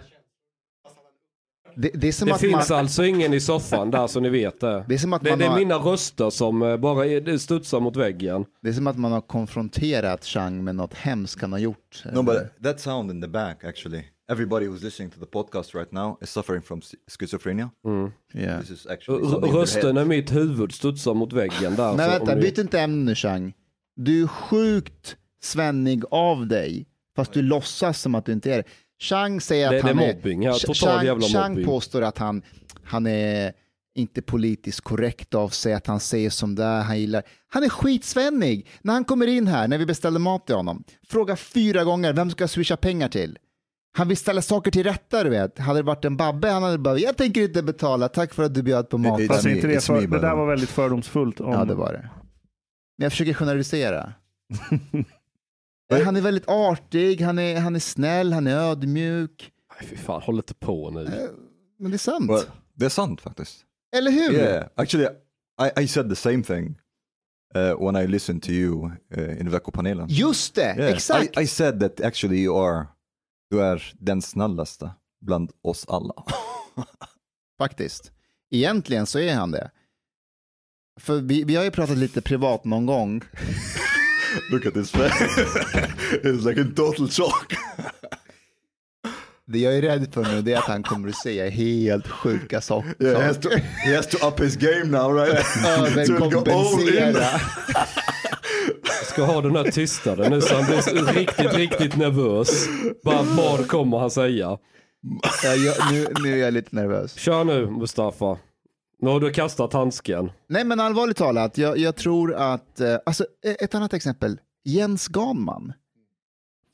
Det är som att finns alltså ingen i soffan där, så ni vet det. Det är som att det är mina röster som bara studsar mot väggen. Det är som att man har konfronterat Chang med något hemskt han har gjort. No, but that sound in the back actually. Everybody who's listening to the podcast right now is suffering from schizophrenia. Yeah. This is actually rösten i mitt huvud studsar mot väggen där. Men vänta, byt inte ämne nu, Chang. Du är sjukt svennig av dig, fast du låtsas som att du inte är det. Chang säger att han är mobbing. Chang påstår att han är inte politiskt korrekt av sig, att han säger som där han gillar. Han är skitsvennig. När han kommer in här, när vi beställer mat till honom, fråga 4 gånger vem ska swisha pengar till. Han vill ställa saker till rätta, du vet. Hade det varit en babbe, han hade bara, jag tänker inte betala, tack för att du bjöd på mat. Alltså, inte det där var väldigt fördomsfullt. Ja, det var det. Men jag försöker generalisera. Han är väldigt artig, han är snäll, han är ödmjuk. Nej, fy fan, håll inte på nu. Men det är sant. Well, det är sant faktiskt. Eller hur? Yeah, actually I said the same thing when I listened to you in veckopanelen. Just det, exakt. I said that actually du är den snällaste bland oss alla. Faktiskt. Egentligen så är han det. För vi har ju pratat lite privat någon gång. Look at this face. It's like a total shock. Det jag är rädd för nu, det är att han kommer att säga helt sjuka saker. Yeah, he has to up his game now, right? Så kompensera. Ska ha den här tystnaden nu, så han blir riktigt nervös. Bara vad kommer han säga? Nu är jag lite nervös. Kör nu, Mustafa. Nu har du kastat handsken. Nej, men allvarligt talat, jag tror att alltså, ett annat exempel, Jens Ganman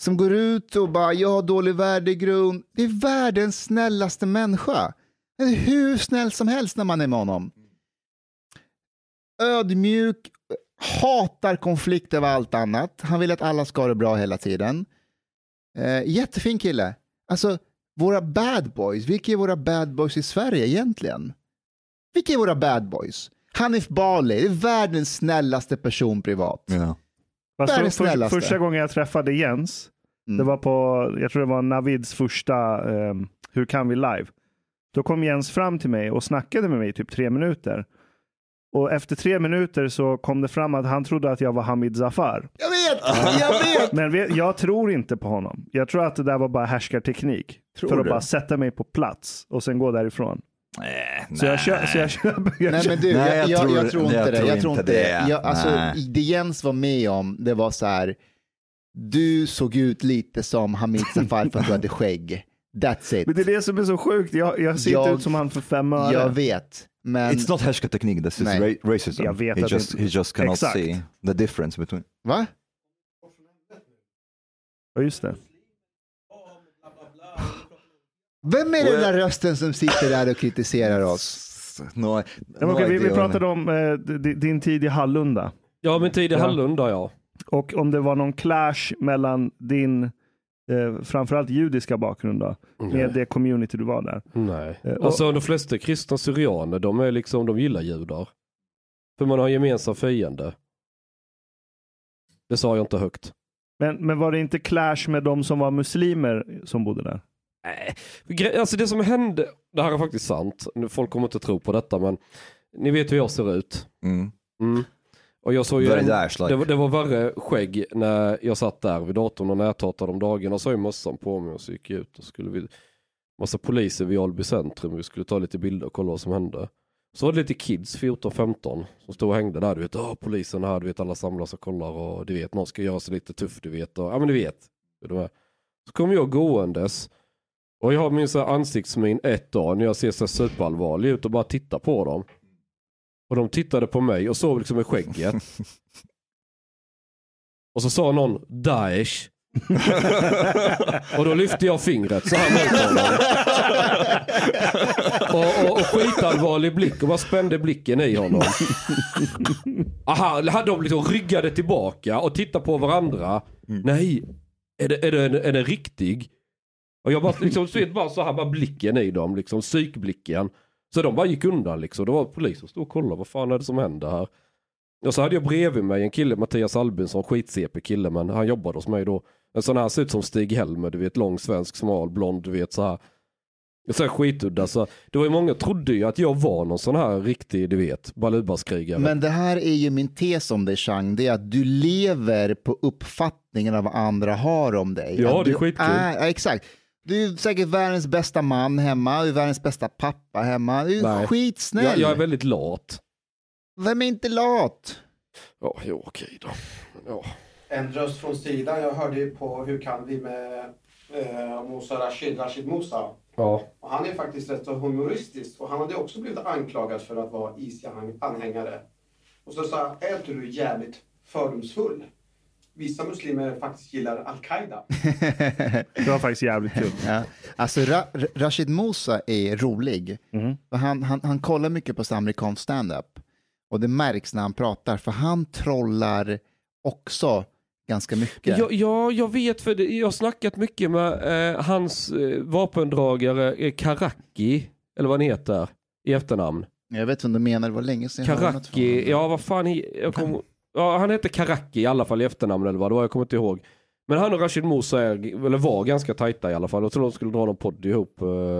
som går ut och bara, jag har dålig värdegrund. Det är världens snällaste människa. Det är hur snäll som helst när man är med honom. Ödmjuk, hatar konflikt över allt annat. Han vill att alla ska ha det bra hela tiden. Jättefin kille. Alltså, våra bad boys. Vilka är våra bad boys i Sverige egentligen? Vilka är våra bad boys? Hanif Bali, det är världens snällaste person privat. Ja. Världens snällaste. Första gången jag träffade Jens, det var på, jag tror det var Navids första Hur kan vi live? Då kom Jens fram till mig och snackade med mig typ 3 minuter. Och efter 3 minuter så kom det fram att han trodde att jag var Hamid Zafar. Jag vet! Men jag tror inte på honom. Jag tror att det där var bara härskarteknik. För att bara sätta mig på plats och sen gå därifrån. Så jag köper. Nej, men du, jag tror inte det. Jag tror inte det. Alltså, det Jens var med om, det var så här, du såg ut lite som Hamid Zafar för att du hade skägg. That's it. Men det är det som är så sjukt. Jag ser inte ut som han för 5 öre. Jag vet. Men... It's not härskarteknik, this is racism. Jag vet he just cannot see the difference between. Va? Ja, just det. Vem är den där rösten som sitter där och kritiserar oss? Vi pratade om din tid i Hallunda. Ja, min tid i Hallunda, ja. Och om det var någon clash mellan din framförallt judiska bakgrund då, med det community du var där. Nej. Alltså de flesta kristna syrianer, de är liksom, de gillar judar. För man har en gemensam fiende. Det sa jag inte högt. Men var det inte clash med de som var muslimer som bodde där? Nej. Alltså det som hände, det här är faktiskt sant. Folk kommer inte tro på detta, men ni vet hur jag ser ut. Och jag såg ju det var värre skägg när jag satt där vid datorn och näthatade om dagen och så i mössan på mig och så gick jag ut och skulle vi massa poliser vid Alby centrum, vi skulle ta lite bilder och kolla vad som hände. Så var det lite kids 14-15 som stod och hängde där, du vet, polisen här, du vet, alla samlas och kollar och du vet, någon ska göra sig lite tuff, du vet, och, ja men du vet. Så kom jag gåendes och jag har min så här ansiktsmin ett dag när jag ser så superallvarlig ut och bara tittar på dem. Och de tittade på mig och såg liksom i skägget. Och så sa någon Daesh. Och då lyfte jag fingret så här mot honom. och skitallvarlig blick och bara spände blicken i honom. Aha, de liksom ryggade tillbaka och tittade på varandra. Nej, är det riktig? Och jag bara liksom bara så här bara blicken i dem, liksom psykblicken. Så de bara gick undan liksom. Det var polis som stod och kollade, vad fan är det som händer här? Och så hade jag bredvid mig en kille, Mattias Albinsson, skit-CP kille, men han jobbade hos mig då. En sån här ser ut som Stig Helmer, du vet, lång svensk, smal, blond, du vet, så här skitudda. Så det var ju många trodde ju att jag var någon sån här riktig, du vet, balubaskrigare. Men det här är ju min tes om dig, Chang. Det är att du lever på uppfattningen av vad andra har om dig. Ja, att det är skitkul. Ja, exakt. Du är säkert världens bästa man hemma, du är världens bästa pappa hemma. Du är skitsnäll. Jag är väldigt lat. Vem är inte lat? Ja, okej då. Ja. En röst från sidan, jag hörde ju på Hur kan vi med Rashid Musa. Ja. Och han är faktiskt rätt så humoristisk och han hade också blivit anklagad för att vara ISIS-anhängare. Och så sa jag, är inte du jävligt fördomsfull? Vissa muslimer faktiskt gillar Al-Qaida. Det var faktiskt jävligt kul. Ja. Alltså Rashid Musa är rolig. Han kollar mycket på amerikansk stand-up. Och det märks när han pratar. För han trollar också ganska mycket. Ja, jag vet, för jag har snackat mycket med hans vapendragare Karaki, eller vad han heter i efternamn. Jag vet vad du menar, det var länge sedan. Karaki, ja vad fan, han heter Karaki i alla fall i efternamn eller vad det var, jag kommer inte ihåg. Men han och Rashid Musa var ganska tajta i alla fall. Jag tror de skulle dra någon podd ihop.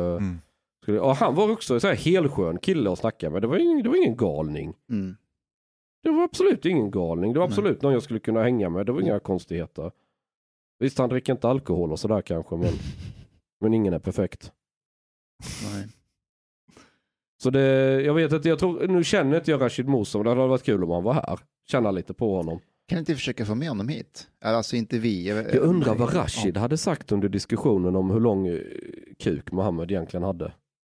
Och han var också så här helskön kille att snacka med. Det var ingen galning. Det var absolut ingen galning. Det var absolut någon jag skulle kunna hänga med. Det var inga konstigheter. Visst, han dricker inte alkohol och sådär kanske, men ingen är perfekt. Nej. Så jag vet att nu känner inte jag Rashid Musa, men det hade varit kul om han var här. Känna lite på honom. Kan inte försöka få med honom hit? Alltså inte vi. Jag undrar vad Rashid hade sagt under diskussionen om hur lång kuk Mohammed egentligen hade.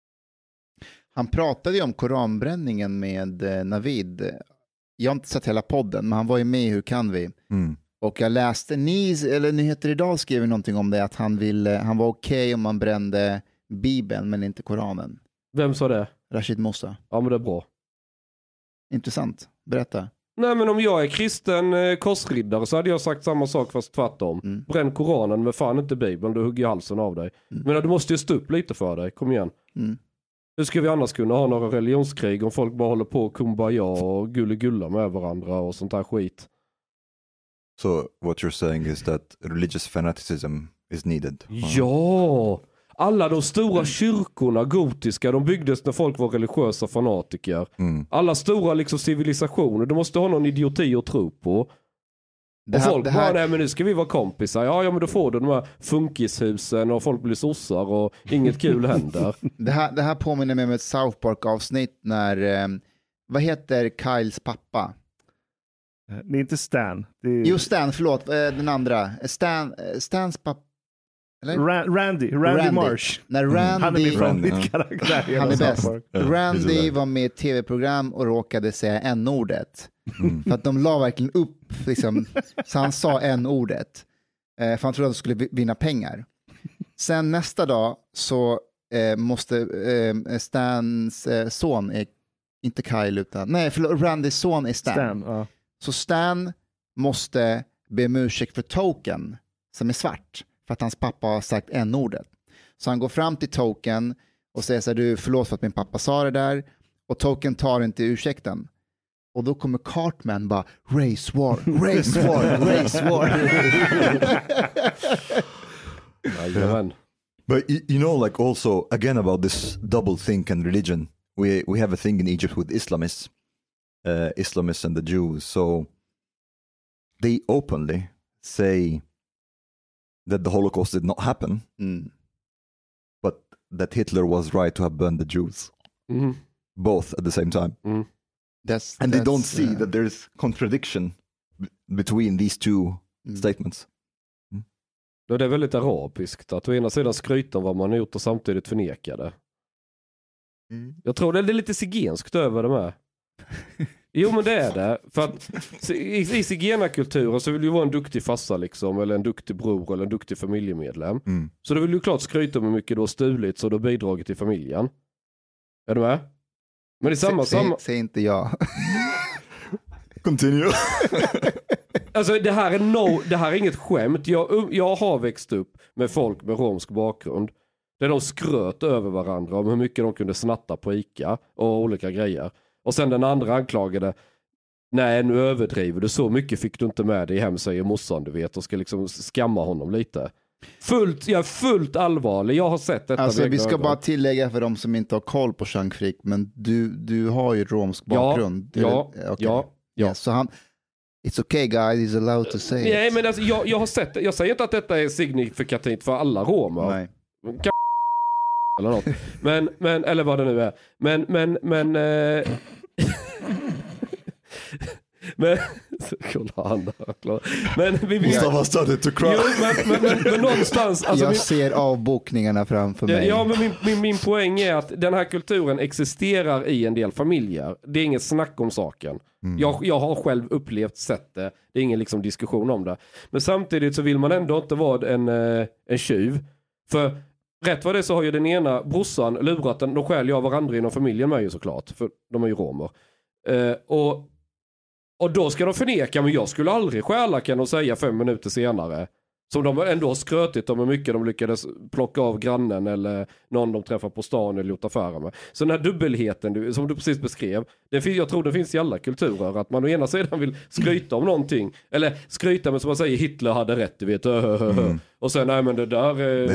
Han pratade ju om koranbränningen med Navid. Jag har inte sett hela podden, men han var ju med i Hur kan vi? Och jag läste, nyheter idag skrev någonting om det, att han var okej om man brände Bibeln men inte Koranen. Vem sa det? Rashid Mossa. Ja, men det är bra. Intressant. Berätta. Nej, men om jag är kristen korsriddare så hade jag sagt samma sak fast tvärtom. Bränn Koranen men fan inte Bibeln, då hugger jag halsen av dig. Men du måste ju stå upp lite för dig, kom igen. Hur ska vi annars kunna ha några religionskrig om folk bara håller på och kumbaya och gulla med varandra och sånt här skit? So what you're saying is that religious fanaticism is needed. Ja! Alla de stora kyrkorna, gotiska, de byggdes när folk var religiösa fanatiker. Alla stora liksom civilisationer, de måste ha någon idioti att tro på. Och folk bara, nej men nu ska vi vara kompisar. Ja men då får du de här funkishusen och folk blir sossar och inget kul händer. Det här påminner mig om ett South Park-avsnitt när, vad heter Kyles pappa? Det är inte Stan. Det är... Jo, Stan, förlåt, den andra. Stans pappa. Randy Marsh. När Randy, han är min favoritkaraktär. Han är bäst. Randy var med i ett tv-program och råkade säga n-ordet. För att de la verkligen upp, liksom, så han sa n-ordet. För han trodde att de skulle vinna pengar. Sen nästa dag så måste Stans son, inte Kyle utan, nej förlåt, Randys son är Stan. Så Stan måste be om ursäkt för Token som är svart. För att hans pappa har sagt n-ordet. Så han går fram till Token och säger så här, du förlåt för att min pappa sa det där. Och Token tar inte ursäkten. Och då kommer Cartman bara, race war. But you know, like also again about this double think and religion, we have a thing in Egypt with Islamists and the Jews. So they openly say that the Holocaust did not happen, but that Hitler was right to have burned the Jews, both at the same time. They don't see that there's contradiction between these two statements. Det är väldigt arabiskt att å ena sidan skryta om vad man har gjort och samtidigt förneka det. Jag tror det är lite zigenskt över det med. Jo, men det är det. För att i zigenarkulturen så vill du vara en duktig farsa liksom, eller en duktig bror eller en duktig familjemedlem. Så då vill du klart skryta om hur mycket du har stulit så du har bidragit till familjen. Är du med? Men det är samma... Säg inte ja. Continue. Alltså det här är inget skämt. Jag har växt upp med folk med romsk bakgrund. Där de skröt över varandra om hur mycket de kunde snatta på ICA och olika grejer. Och sen den andra anklagade, nej nu överdriver du, så mycket fick du inte med dig hem, säger morsan, du vet, och ska liksom skamma honom lite. Jag är fullt allvarlig, jag har sett detta. Alltså vi ska bara tillägga för de som inte har koll på Chang Frick, men du har ju romsk bakgrund. Ja. Så han, it's okay guys, he's allowed to say nej, it. men alltså, jag har sett det. Jag säger inte att detta är signifikativt för alla romer. Nej. Eller något. Men eller vad det nu är. Men kolla han där. Men vi Mustafa started to cry. Jo, men någonstans alltså, jag ser avbokningarna framför mig. Ja, men min poäng är att den här kulturen existerar i en del familjer. Det är inget snack om saken. Jag har själv sett det. Det är ingen liksom diskussion om det. Men samtidigt så vill man ändå inte vara en tjuv. För rätt vad det så har ju den ena brorsan lurat den. De skäl ju av varandra inom familjen med ju såklart. För de är ju romer. Och då ska de förneka, men jag skulle aldrig stjäla, kan de säga 5 minuter senare. Som de ändå har skrötit om hur mycket de lyckades plocka av grannen eller någon de träffar på stan eller gjort affärer med. Så den här dubbelheten som du precis beskrev, jag tror det finns i alla kulturer, att man å ena sidan vill skryta om någonting, eller skryta med som man säger, Hitler hade rätt, du vet. Och sen, nej men det där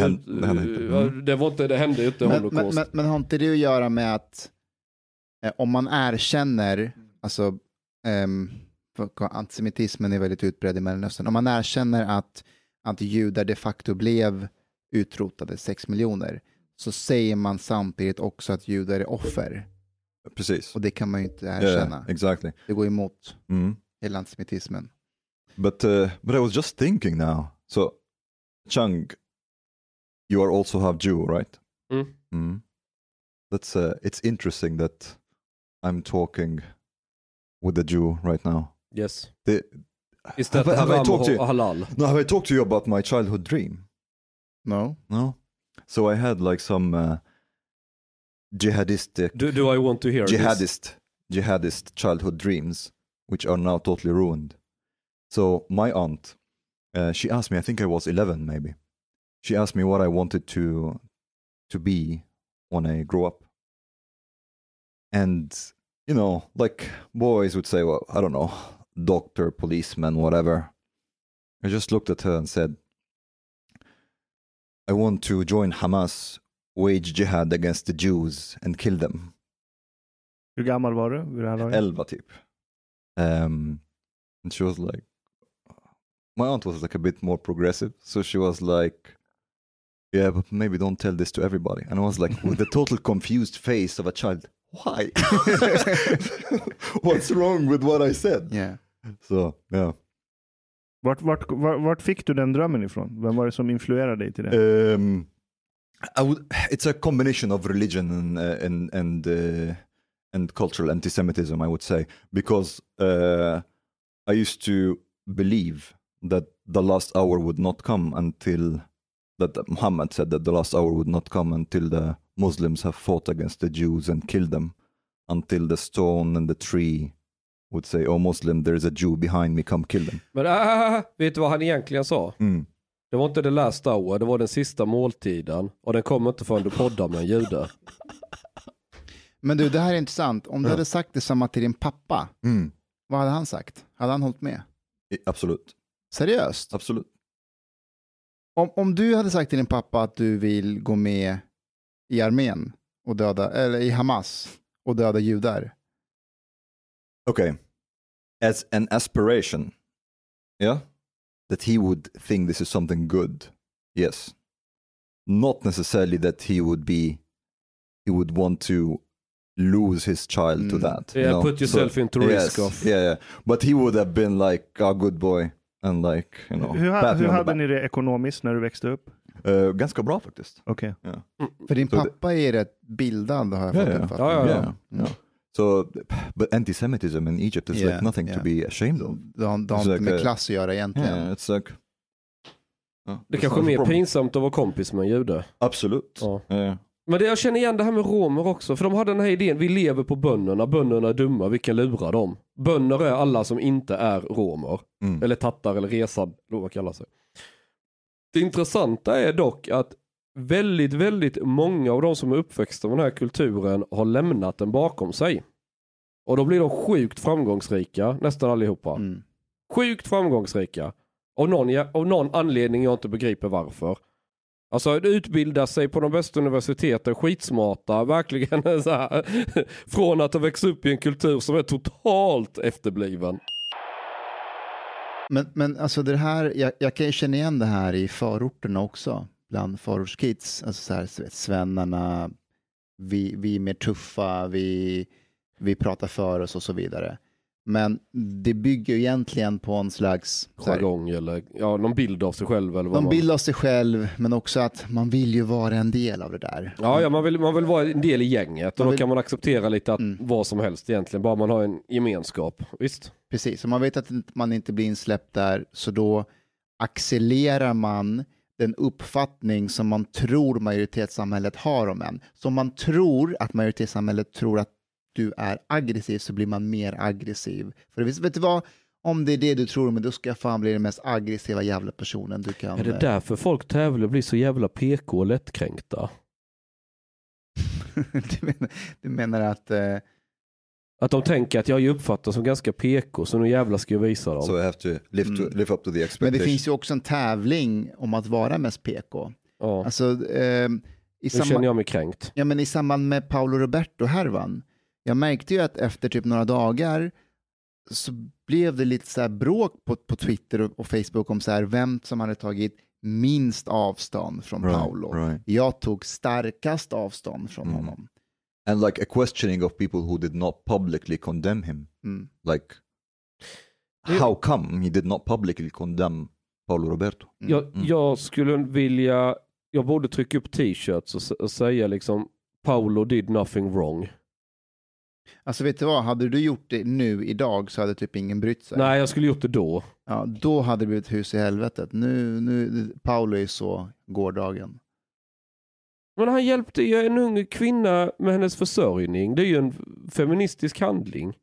det hände ju inte Holocaust. Men har inte det att göra med att om man erkänner, alltså antisemitismen är väldigt utbredd i Mellanöstern, om man erkänner att judar de facto blev utrotade 6 miljoner, så säger man samtidigt också att judar är offer. Precis. Och det kan man ju inte erkänna. Yeah, exactly. Det går emot hela antisemitismen. But I was just thinking now. So, Chang, you are also half Jew, right? That's it's interesting that I'm talking with a Jew right now. Yes. Istället haram och halal. No, have I talked to you about my childhood dream? No. So I had like some jihadistic... Do I want to hear jihadist childhood dreams, which are now totally ruined. So my aunt, she asked me, I think I was 11 maybe. She asked me what I wanted to be when I grow up. And, you know, like boys would say, well, I don't know, doctor, policeman, whatever. I just looked at her and said, I want to join Hamas, wage jihad against the Jews and kill them. Hur gammal var du? 11 typ. And she was like, my aunt was like a bit more progressive. So she was like, yeah, but maybe don't tell this to everybody. And I was like, with the total confused face of a child, why? What's wrong with what I said? Yeah. So, yeah. Vart fick du den drömmen ifrån? Vem var det som influerade dig till det? It's a combination of religion and cultural anti-Semitism, I would say, because I used to believe that the last hour would not come until that Muhammad said that the last hour would not come until the Muslims have fought against the Jews and killed them, until the stone and the tree would say, oh Muslim, there's a Jew behind me, come kill them. Men vet du vad han egentligen sa? Det var inte the last hour, det var den sista måltiden. Och den kommer inte förrän du poddar med en jude. Men du, det här är intressant. Om du hade sagt detsamma till din pappa, vad hade han sagt? Hade han hållit med? Absolut. Seriöst? Absolut. Om du hade sagt till din pappa att du vill gå med i armén och döda, eller i Hamas och döda judar. Okay. As an aspiration, yeah? That he would think this is something good. Yes. Not necessarily that he would want to lose his child to that. Yeah, you know? Put yourself into risk of. Yeah. But he would have been like a good boy and like, you know. Hur hade ni det ekonomiskt när du växte upp? Ganska bra faktiskt. Okej. Okay. Yeah. För din pappa är rätt bildad, har jag fått uppfattning. Ja. So, but anti-Semitism in Egypt is like nothing to be ashamed of. Det har inte med klass att göra egentligen. Yeah, it's like, det kanske är mer pinsamt att vara kompis med en jude. Absolut. Ja. Yeah. Men jag känner igen det här med romer också. För de hade den här idén, vi lever på bönderna. Bönderna är dumma, vi kan lura dem. Bönder är alla som inte är romer. Eller tattar eller resad, vad kallar sig. Det intressanta är dock att väldigt, väldigt många av de som är uppväxta med den här kulturen har lämnat den bakom sig. Och då blir de sjukt framgångsrika, nästan allihopa. Sjukt framgångsrika. Av någon anledning jag inte begriper varför. Alltså utbilda sig på de bästa universiteten, skitsmarta, verkligen så här, från att ha växt upp i en kultur som är totalt efterbliven. Men alltså det här, jag kan ju känna igen det här i förorterna också, bland förortskids, alltså så här, svennarna, vi är mer tuffa, vi pratar för oss och så vidare. Men det bygger ju egentligen på en slags jargong eller någon bild av sig själv eller någon bild av sig själv, men också att man vill ju vara en del av det där. Ja, man vill vara en del i gänget och då kan man acceptera lite att vad som helst egentligen, bara man har en gemenskap, visst? Precis, och man vet att man inte blir insläppt där, så då accelererar man den uppfattning som man tror majoritetssamhället har om en. Som man tror att majoritetssamhället tror att du är aggressiv, så blir man mer aggressiv. För vet du vad? Om det är det du tror, men då ska jag fan bli den mest aggressiva jävla personen du kan. Är det därför folk tävlar blir så jävla PK och lättkränkta? du menar att... Att de tänker att jag uppfattar som ganska PK, så nu jävla ska jag visa dem. So I have to live up to the expectation. Men det finns ju också en tävling om att vara mest PK. Ja. Alltså, nu känner jag mig kränkt. Ja, men i samband med Paolo Roberto-härvan, jag märkte ju att efter typ några dagar så blev det lite så här bråk på Twitter och Facebook om så här, vem som hade tagit minst avstånd från Paolo. Right. Jag tog starkast avstånd från honom. And like a questioning of people who did not publicly condemn him. Like, how come he did not publicly condemn Paolo Roberto? Jag skulle vilja, jag borde trycka upp t-shirts och säga liksom, Paolo did nothing wrong. Alltså vet du vad, hade du gjort det nu idag så hade typ ingen brytt sig. Nej, jag skulle gjort det då. Ja, då hade det blivit hus i helvetet. Nu Paolo är så gårdagen. Men han hjälpte ju en ung kvinna med hennes försörjning. Det är ju en feministisk handling.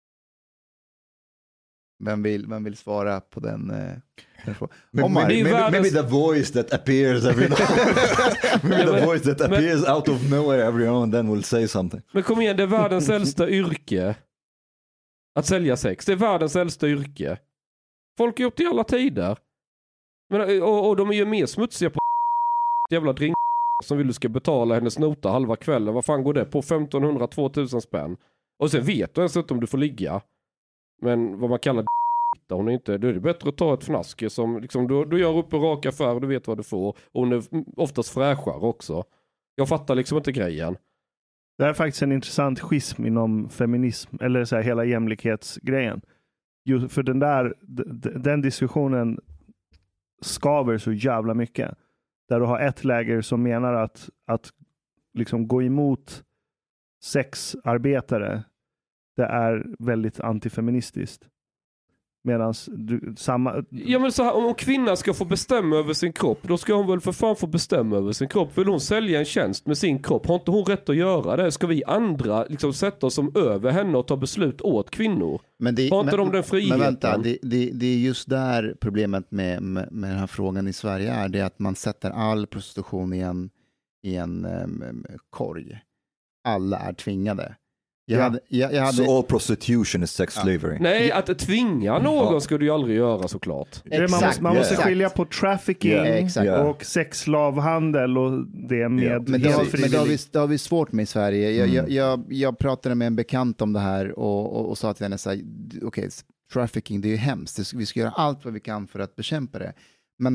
Vem vill svara på den frågan? Maybe the voice that appears every now maybe the voice that appears out of nowhere every now and then will say something. Men kom igen, det är världens äldsta yrke. Att sälja sex. Det är världens äldsta yrke. Folk har gjort det i alla tider. Men, och de är ju mer smutsiga på jävla drink som vill du ska betala hennes nota halva kvällen. Vad fan går det på? 1500-2000 spänn. Och sen vet du ens inte om du får ligga. Men vad man kallar hon är inte, då är det bättre att ta ett fnaske som liksom, du gör upp en rak affär och du vet vad du får. Och hon är oftast fräschare också. Jag fattar liksom inte grejen. Det är faktiskt en intressant schism inom feminism eller så här, hela jämlikhetsgrejen. Just för den diskussionen skaver så jävla mycket. Där du har ett läger som menar att liksom gå emot sexarbetare, det är väldigt antifeministiskt. Medan Ja, men så här, om kvinnan ska få bestämma över sin kropp, då ska hon väl för fan få bestämma över sin kropp. Vill hon sälja en tjänst med sin kropp, har inte hon rätt att göra det? Ska vi andra liksom sätta oss som över henne och ta beslut åt kvinnor? Har inte de den friheten? Men vänta, det är just där problemet med den här frågan i Sverige är. Det är att man sätter all prostitution i en korg. Alla är tvingade. So all prostitution is sex slavery. Nej, att tvinga någon skulle du ju aldrig göra såklart. Man måste skilja på trafficking och sexslavhandel och det med men det har vi svårt med i Sverige. Jag pratade med en bekant om det här och sa till henne så här, okej, trafficking, det är ju hemskt. Vi ska göra allt vad vi kan för att bekämpa det. Men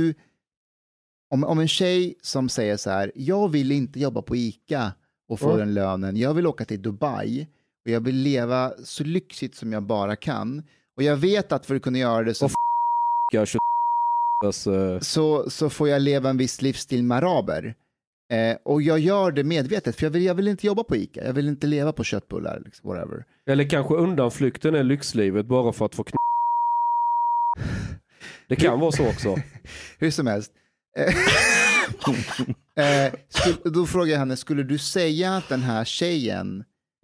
om en tjej som säger så här, jag vill inte jobba på ICA och få den lönen. Jag vill åka till Dubai och jag vill leva så lyxigt som jag bara kan. Och jag vet att för att kunna göra det så får jag leva en viss livsstil med araber. Och jag gör det medvetet för jag vill inte jobba på ICA. Jag vill inte leva på köttbullar, liksom, whatever. Eller kanske undanflykten är lyxlivet bara för att få Det kan vara så också. Hur som helst. Då frågar jag henne, skulle du säga att den här tjejen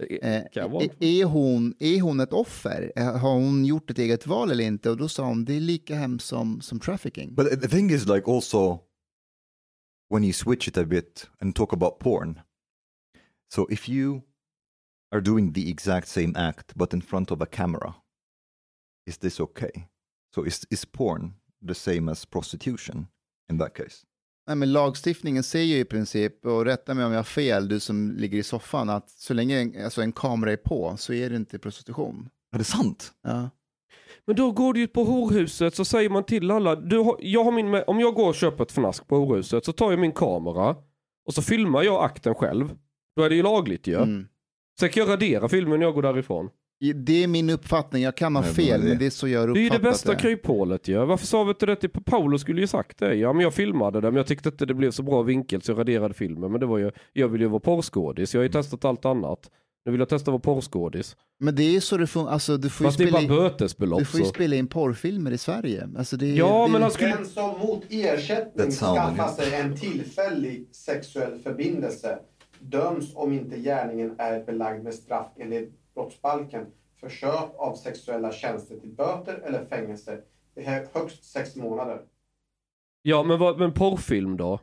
är hon ett offer? Har hon gjort ett eget val eller inte? Och då sa hon, det är lika hemskt som trafficking. But the thing is like also when you switch it a bit and talk about porn. So if you are doing the exact same act but in front of a camera, is this okay? So is porn the same as prostitution in that case? Nej, men lagstiftningen säger ju i princip, och rätta mig om jag har fel, du som ligger i soffan, att så länge en kamera är på så är det inte prostitution. Är det sant? Ja. Men då går det ju på horhuset, så säger man till alla, om jag går och köper ett fnask på horhuset så tar jag min kamera och så filmar jag akten själv. Då är det ju lagligt ju. Sen kan jag radera filmen när jag går därifrån. Det är min uppfattning, jag kan ha fel, men det är så jag uppfattat det. Det är ju det bästa kryphålet ju. Varför sa vi inte det till Paolo skulle ju sagt det? Ja, men jag filmade det, men jag tyckte inte det blev så bra vinkel så jag raderade filmen. Men det var ju, jag vill ju vara porrskådis, jag har ju testat allt annat. Nu vill jag testa att vara porrskådis. Men det är så du får, alltså du får ju spela in, bötesbelopp, du får ju spela in porrfilmer i Sverige. Alltså det, men den som mot ersättning skaffar sig en tillfällig sexuell förbindelse döms om inte gärningen är belagd med straff enligt brottsbalken för köp av sexuella tjänster till böter eller fängelse. Det är högst 6 månader. Ja, men porrfilm då?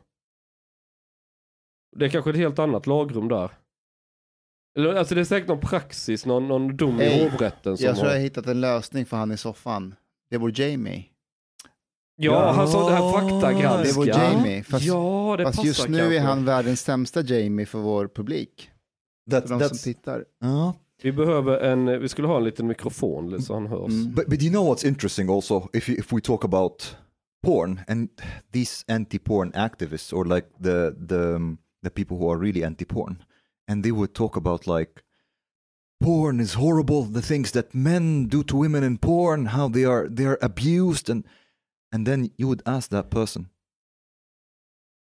Det är kanske ett helt annat lagrum där. Eller, alltså det är säkert någon praxis, någon dom i hovrätten. Som jag tror jag har hittat en lösning för han i soffan. Det var Jamie. Ja, han sa det här faktagranska. Det var Jamie. Fast, det fast just nu kanske. är han världens sämsta Jamie för vår publik. För de som tittar. Vi skulle ha en liten mikrofon så han hörs. But you know what's interesting also if we talk about porn and these anti-porn activists or like the people who are really anti-porn, and they would talk about like porn is horrible, the things that men do to women in porn, how they are abused, and then you would ask that person,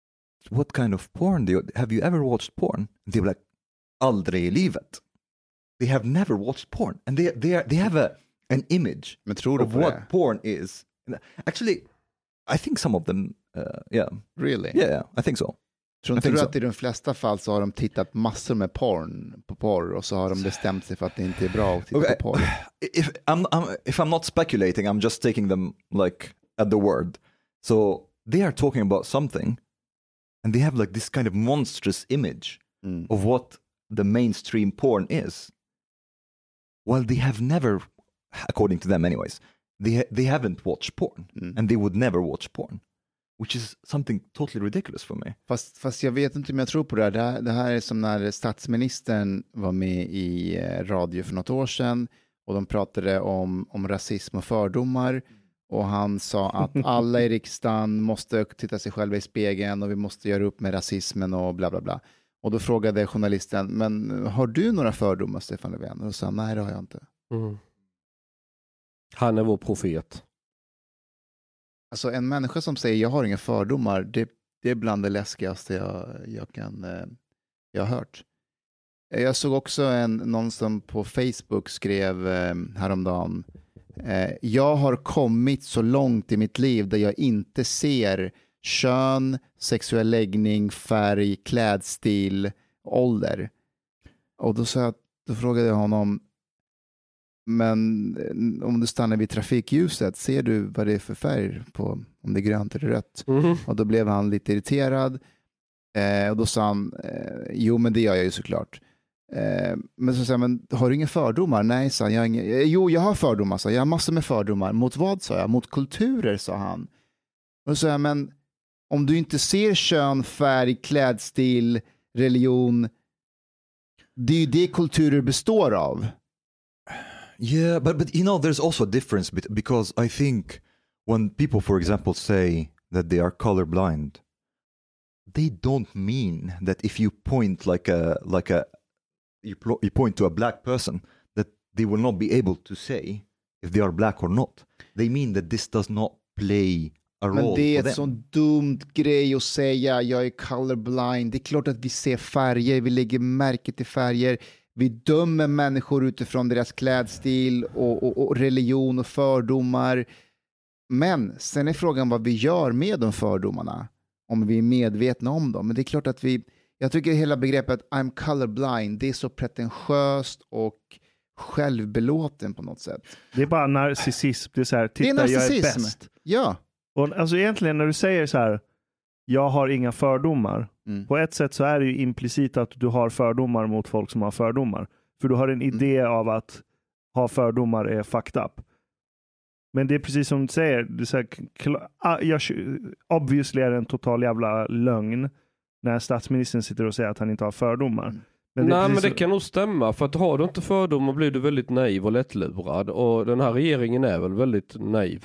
what kind of porn have you ever watched porn? And they were like, aldrig i livet. they have never watched porn, and they have an image of what porn is. Actually, I think some of them, Really? Yeah, I think so. Tror inte du att i de flesta fall så har de tittat massor med porr och så har de bestämt sig för att det inte är bra att titta på porr? If I'm not speculating, I'm just taking them like at the word. So they are talking about something, and they have like this kind of monstrous image of what the mainstream porn is. Well, they have never, according to them anyways, they haven't watched porn, and they would never watch porn. Which is something totally ridiculous for me. Fast jag vet inte om jag tror på det här. Det här är som när statsministern var med i radio för något år sedan. Och de pratade om rasism och fördomar. Och han sa att alla i riksdagen måste titta sig själva i spegeln. Och vi måste göra upp med rasismen och bla bla bla. Och då frågade journalisten, men har du några fördomar, Stefan Löfven? Och då sa han, nej det har jag inte. Han är vår profet. Alltså en människa som säger jag har inga fördomar, det är bland det läskigaste jag har hört. Jag såg också någon som på Facebook skrev häromdagen, jag har kommit så långt i mitt liv där jag inte ser kön, sexuell läggning, färg, klädstil, ålder. Och då frågade jag honom, men om du stannar vid trafikljuset, ser du vad det är för färg på, om det är grönt eller rött? Och då blev han lite irriterad. Och då sa han, jo men det gör jag ju såklart. Men så sa jag, men har du inga fördomar? Nej, sa han. Jo, jag har fördomar, sa jag. Jag har massor med fördomar. Mot vad, sa jag? Mot kulturer, sa han. Och då sa jag, men om du inte ser kön, färg, klädstil, religion, det är ju det kulturer består av. Yeah, but you know, there's also a difference because I think when people, for example, say that they are colorblind, they don't mean that if you point you point to a black person that they will not be able to say if they are black or not. They mean that this does not play a role. Men det är ett sånt dumt grej att säga, jag är colorblind. Det är klart att vi ser färger, vi lägger märke till färger. Vi dömer människor utifrån deras klädstil och religion och fördomar. Men sen är frågan vad vi gör med de fördomarna. Om vi är medvetna om dem. Men det är klart att jag tycker hela begreppet I'm colorblind, det är så pretentiöst och självbelåten på något sätt. Det är bara narcissism. Det är så här, titta, det är narcissism. Jag är bäst. Ja. Och alltså egentligen när du säger så här, jag har inga fördomar. På ett sätt så är det ju implicit att du har fördomar mot folk som har fördomar. För du har en idé av att ha fördomar är fucked up. Men det är precis som du säger, det är så här, obviously är det en total jävla lögn när statsministern sitter och säger att han inte har fördomar. Men det kan nog stämma, för att har du inte fördomar blir du väldigt naiv och lättlurad, och den här regeringen är väl väldigt naiv.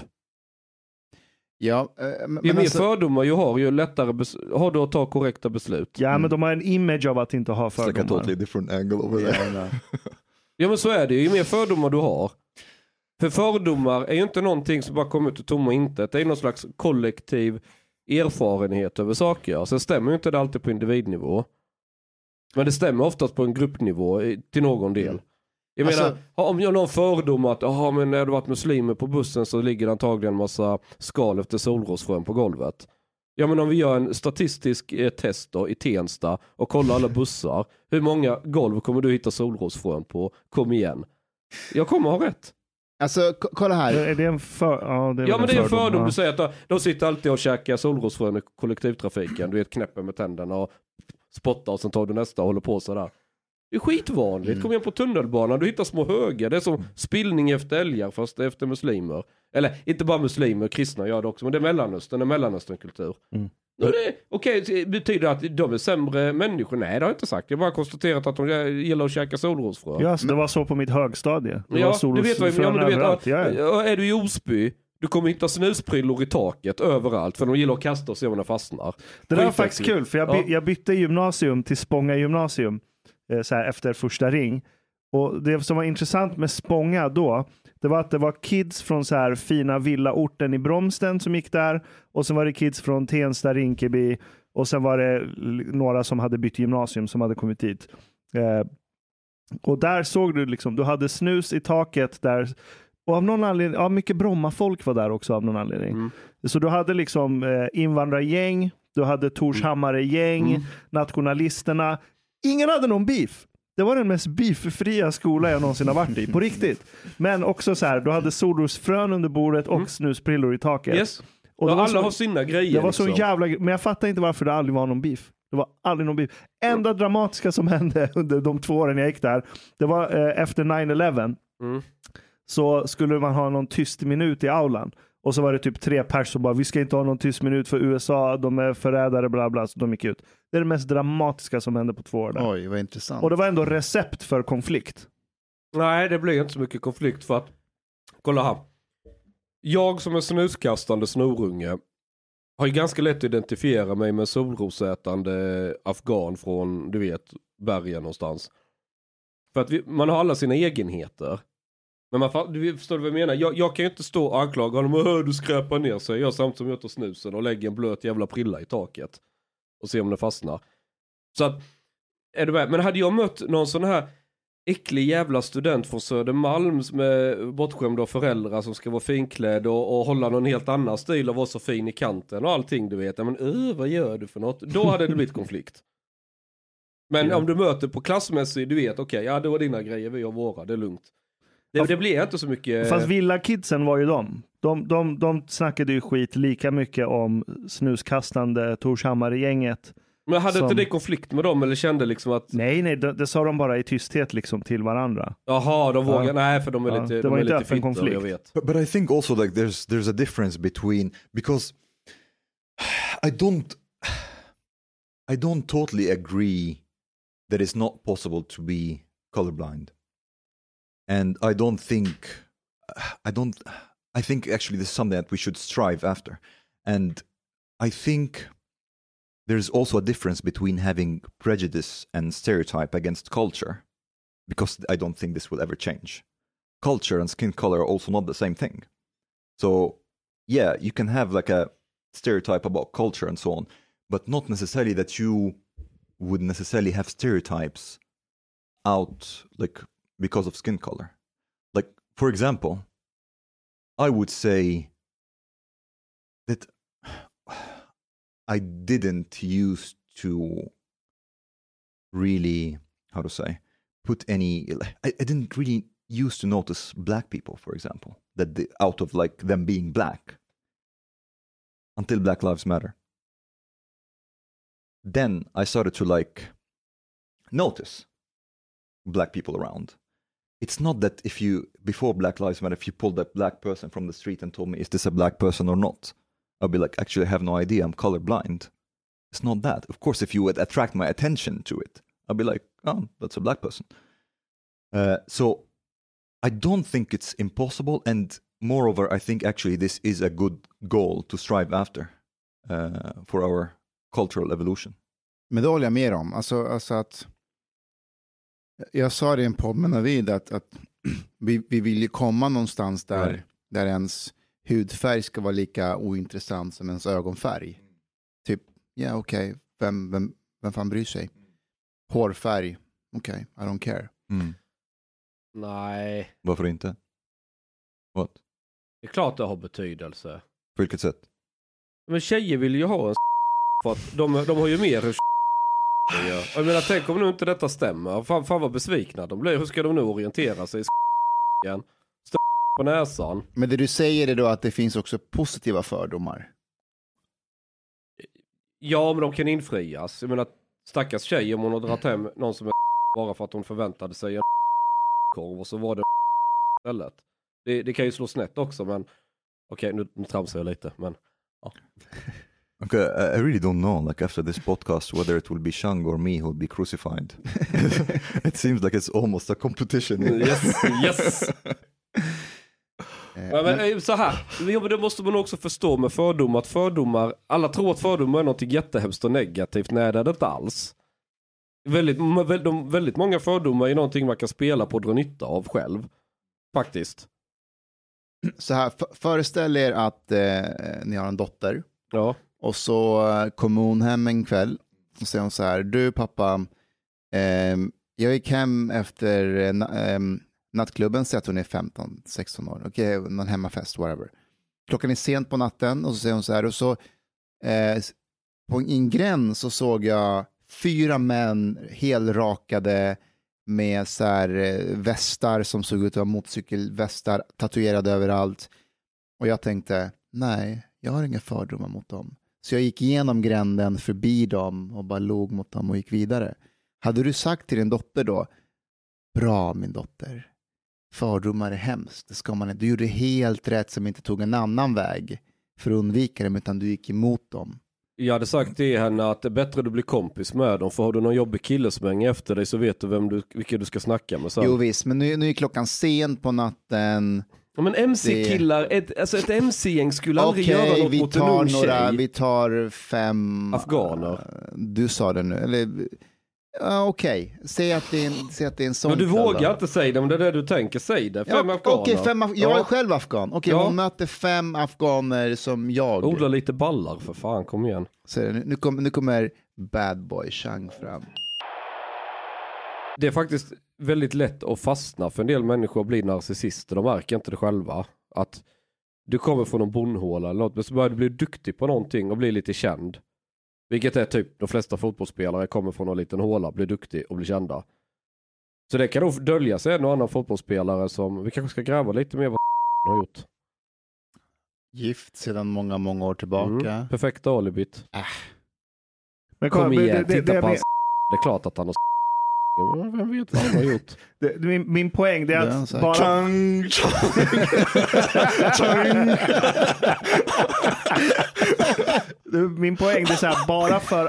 Ja, ju mer fördomar ju har, ju lättare har du att ta korrekta beslut. Ja, men de har en image av att inte ha fördomar. It's like a totally different angle over there. Ja, men så är det ju mer fördomar du har. För fördomar är ju inte någonting som bara kommer ut ur tomma intet. Det är någon slags kollektiv erfarenhet över saker. Sen stämmer ju inte det alltid på individnivå. Men det stämmer oftast på en gruppnivå till någon del. Jag menar, om jag har någon fördom att men när du varit muslimer på bussen så ligger det antagligen en massa skal efter solrosfrön på golvet. Ja, men om vi gör en statistisk test då, i Tensta och kollar alla bussar, hur många golv kommer du hitta solrosfrön på? Kom igen. Jag kommer ha rätt. Alltså, kolla här. Är det en men det är en fördom. Ja. Du säger att de sitter alltid och käkar solrosfrön i kollektivtrafiken. Du vet, knäpper med tänderna och spottar och sen tar du nästa och håller på sådär. Det är skitvanligt. Kom igen på tunnelbanan, du hittar små högar. Det är som spillning efter älgar fast efter muslimer. Eller inte bara muslimer, kristna gör det också. Men det är Mellanösternkultur. Okej, betyder det att de är sämre människor? Nej, det har jag inte sagt. Jag har bara konstaterat att de gillar att käka solrosfrön. Ja, så det var så på mitt högstadie. Det ja, var solrosfrön överallt. Är du i Osby, du kommer hitta snusprillor i taket överallt. För de gillar att kasta och se om de fastnar. Det där var faktiskt kul, för jag bytte gymnasium till Spånga gymnasium. Så här, efter första ring. Och det som var intressant med Spånga då, det var att det var kids från så här fina villaorten i Bromsten som gick där, och sen var det kids från Tensta, Rinkeby, och sen var det några som hade bytt gymnasium som hade kommit dit. Och där såg du liksom, du hade snus i taket där. Och av någon anledning, mycket Bromma-folk var där också av någon anledning. Så du hade liksom invandrargäng, du hade Torshammare-gäng, nationalisterna. Ingen hade någon beef. Det var den mest beeffria skola jag någonsin har varit i, på riktigt. Men också så här, du hade solrosfrön under bordet och snusprillor i taket. Yes. Och alla har sina grejer. Det var liksom. så jävla... Men jag fattar inte varför det aldrig var någon beef. Det var aldrig någon beef. Enda dramatiska som hände under de 2 åren jag gick där, det var efter 9/11. Så skulle man ha någon tyst minut i aulan. Och så var det typ 3 personer som bara, vi ska inte ha någon tyst minut för USA, de är förrädare, bla bla, så de gick ut. Det är det mest dramatiska som hände på 2 år där. Oj, vad intressant. Och det var ändå recept för konflikt. Nej, det blev inte så mycket konflikt för att, kolla här. Jag som är snuskastande snorunge har ju ganska lätt att identifiera mig med solrosätande afghan från, du vet, bergen någonstans. För att man har alla sina egenheter. Men du förstår vad jag menar? Jag kan ju inte stå och anklaga honom. Du skräpar ner sig. Jag samtidigt som jag tar snusen och lägger en blöt jävla prilla i taket. Och se om den fastnar. Så att, är du med? Men hade jag mött någon sån här äcklig jävla student från Södermalm med bortskämda föräldrar som ska vara finklädd och hålla någon helt annan stil och vara så fin i kanten och allting, du vet. Men vad gör du för något? Då hade det blivit konflikt. Men om du möter på klassmässigt, du vet, okej, det var dina grejer, vi har våra, det är lugnt. Det blir inte så mycket... Fast villakidsen var ju de snackade ju skit lika mycket om snuskastande Torshammare-gänget. Men hade inte det konflikt med dem eller kände liksom att... Nej, det sa de bara i tysthet liksom till varandra. Jaha, de vågar... Nej, för de är lite... Det var inte öppen fitter, konflikt. jag vet. But I think also like there's a difference between, because I don't totally agree that it's not possible to be colorblind. And I think actually this is something that we should strive after. And I think there's also a difference between having prejudice and stereotype against culture, because I don't think this will ever change. Culture and skin color are also not the same thing. So yeah, you can have like a stereotype about culture and so on, but not necessarily that you would necessarily have stereotypes out like because of skin color. Like, for example, I would say that I didn't used to really, how to say, put any, I didn't really used to notice black people, for example, that out of like them being black, until Black Lives Matter. Then I started to like notice black people around. It's not that if you, before Black Lives Matter, if you pulled a black person from the street and told me, is this a black person or not? I'd be like, actually, I have no idea. I'm colorblind. It's not that. Of course, if you would attract my attention to it, I'd be like, oh, that's a black person. So I don't think it's impossible. And moreover, I think actually this is a good goal to strive after for our cultural evolution. Men det håller jag med om. Alltså att jag sa det i en podd med Navid att vi vill ju komma någonstans där ens hudfärg ska vara lika ointressant som ens ögonfärg. Typ, okej, vem fan bryr sig? Hårfärg, okej, I don't care. Nej. Varför inte? What? Det är klart det har betydelse. På vilket sätt? Men tjejer vill ju ha en för att de har ju mer hur jag menar, tänk om nu inte detta stämmer. Fan vad besvikna de blir. Hur ska de nu orientera sig igen? På näsan. Men det du säger är då att det finns också positiva fördomar. Ja, men de kan infrias. Jag menar, stackars tjej om hon har dragit hem någon som är bara för att hon förväntade sig en korv och så var det istället. Det kan ju slå snett också, men okej, nu tramsar jag lite, men ja. Okay, I really don't know, like after this podcast, whether it will be Shang or me who will be crucified. It seems like it's almost a competition. Yes. Men så här, det måste man också förstå med fördomar, att alla tror att fördomar är något jättehemskt och negativt. Nej, det är det inte alls. Väldigt många fördomar är någonting man kan spela på och dra nytta av själv. Faktiskt. Så här, föreställ er att ni har en dotter. Ja. Och så kom hon hem en kväll och säger hon så här: du pappa, Jag gick hem efter nattklubben, så att hon är 15-16 år. Okej, någon hemmafest, whatever. Klockan är sent på natten och så säger hon så här, och så på en gräns så såg jag 4 män helrakade med så här västar som såg ut att vara motorcykelvästar tatuerade överallt. Och jag tänkte, nej, jag har inga fördomar mot dem. Så jag gick igenom gränden förbi dem och bara log mot dem och gick vidare. Hade du sagt till din dotter då, bra min dotter, fördomar är hemskt, det ska man inte. Du gjorde helt rätt som inte tog en annan väg för att undvika dem, utan du gick emot dem. Jag hade sagt till henne att det är bättre att du blir kompis med dem, för har du någon jobbig kille som hänger efter dig så vet du vilka du ska snacka med sen. Jo visst, men nu är klockan sent på natten. Ja, men MC-killar, ett MC-gäng skulle aldrig göra något mot en ung tjej. Vi tar 5 afghaner. Du sa det nu, eller okej. Säg att det är en sån. Men du vågar inte säga det, men det är det du tänker, säg det. 5 afghaner. Okej, jag är själv afghan. Okej, hon möter 5 afghaner som jag. Odla lite ballar för fan, kom igen. Så nu kommer bad boy Chang fram. Det är faktiskt väldigt lätt att fastna för en del människor att bli narcissister. De märker inte det själva. Att du kommer från en bondhåla eller något, men så börjar du bli duktig på någonting och bli lite känd. Vilket är typ de flesta fotbollsspelare kommer från en liten håla, blir duktig och blir kända. Så det kan nog dölja sig en och annan fotbollsspelare som vi kanske ska gräva lite mer vad har gjort. Gift sedan många, många år tillbaka. Perfekta alibit. Men kom igen, titta på hans det är klart att han har vem vet vad han har gjort. Min poäng det är att här, bara... Chang. Min poäng det är så här, bara för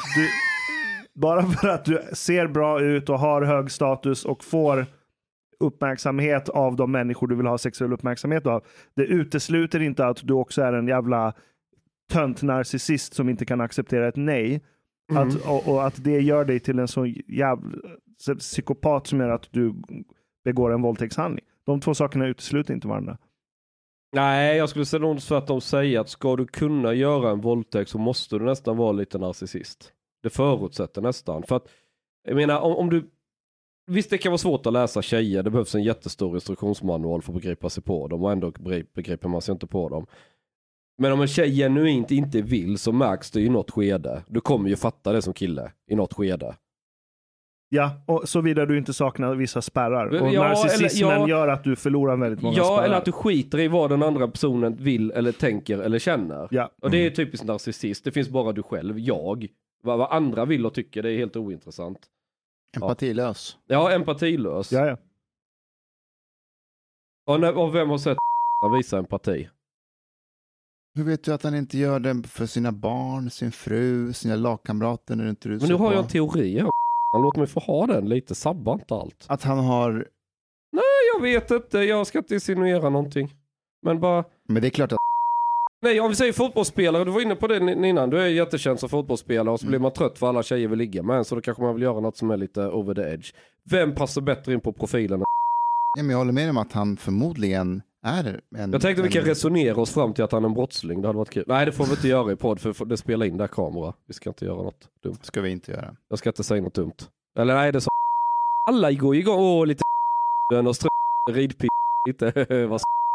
att du ser bra ut och har hög status och får uppmärksamhet av de människor du vill ha sexuell uppmärksamhet av, det utesluter inte att du också är en jävla tönt narcissist som inte kan acceptera ett nej. Och att det gör dig till en så jävla psykopat som gör att du begår en våldtäktshandling. De två sakerna utesluter inte varandra. Nej, jag skulle säga något för att de säger att ska du kunna göra en våldtäkt så måste du nästan vara lite narcissist. Det förutsätter nästan. För att, jag menar, om du... Visst, det kan vara svårt att läsa tjejer. Det behövs en jättestor instruktionsmanual för att begripa sig på dem. Och ändå begriper man sig inte på dem. Men om en tjej genuint inte vill så märks det i något skede. Du kommer ju fatta det som kille i något skede. Ja, och såvida du inte saknar vissa spärrar. Och narcissismen gör att du förlorar väldigt många spärrar. Ja, eller att du skiter i vad den andra personen vill eller tänker eller känner. Ja. Och det är typiskt narcissist. Det finns bara du själv, jag. Vad andra vill och tycker, det är helt ointressant. Empatilös. Ja, empatilös. Ja. Och vem har sett visa empati? Hur vet du att han inte gör det för sina barn, sin fru, sina lagkamrater när inte du? Men nu har jag en teori. Låt mig få ha den lite, sabba inte allt. Att han har... Nej, jag vet inte. Jag ska inte insinuera någonting. Men bara... Men det är klart att... Nej, om vi säger fotbollsspelare, du var inne på det innan. Du är jättekänd som fotbollsspelare och så blir man trött för alla tjejer vill ligga med en, så då kanske man vill göra något som är lite over the edge. Vem passar bättre in på profilen? Ja, men jag håller med om att han förmodligen är en... Jag tänkte vi kan resonera oss fram till att han är en brottsling. Det hade varit kul. Nej, det får vi inte göra i podd för det spelar in där kamera. Vi ska inte göra något dumt. Ska vi inte göra. Jag ska inte säga något dumt. Eller nej, det är så... Alla går igång. Åh, lite... och ridpiss. Lite... Vad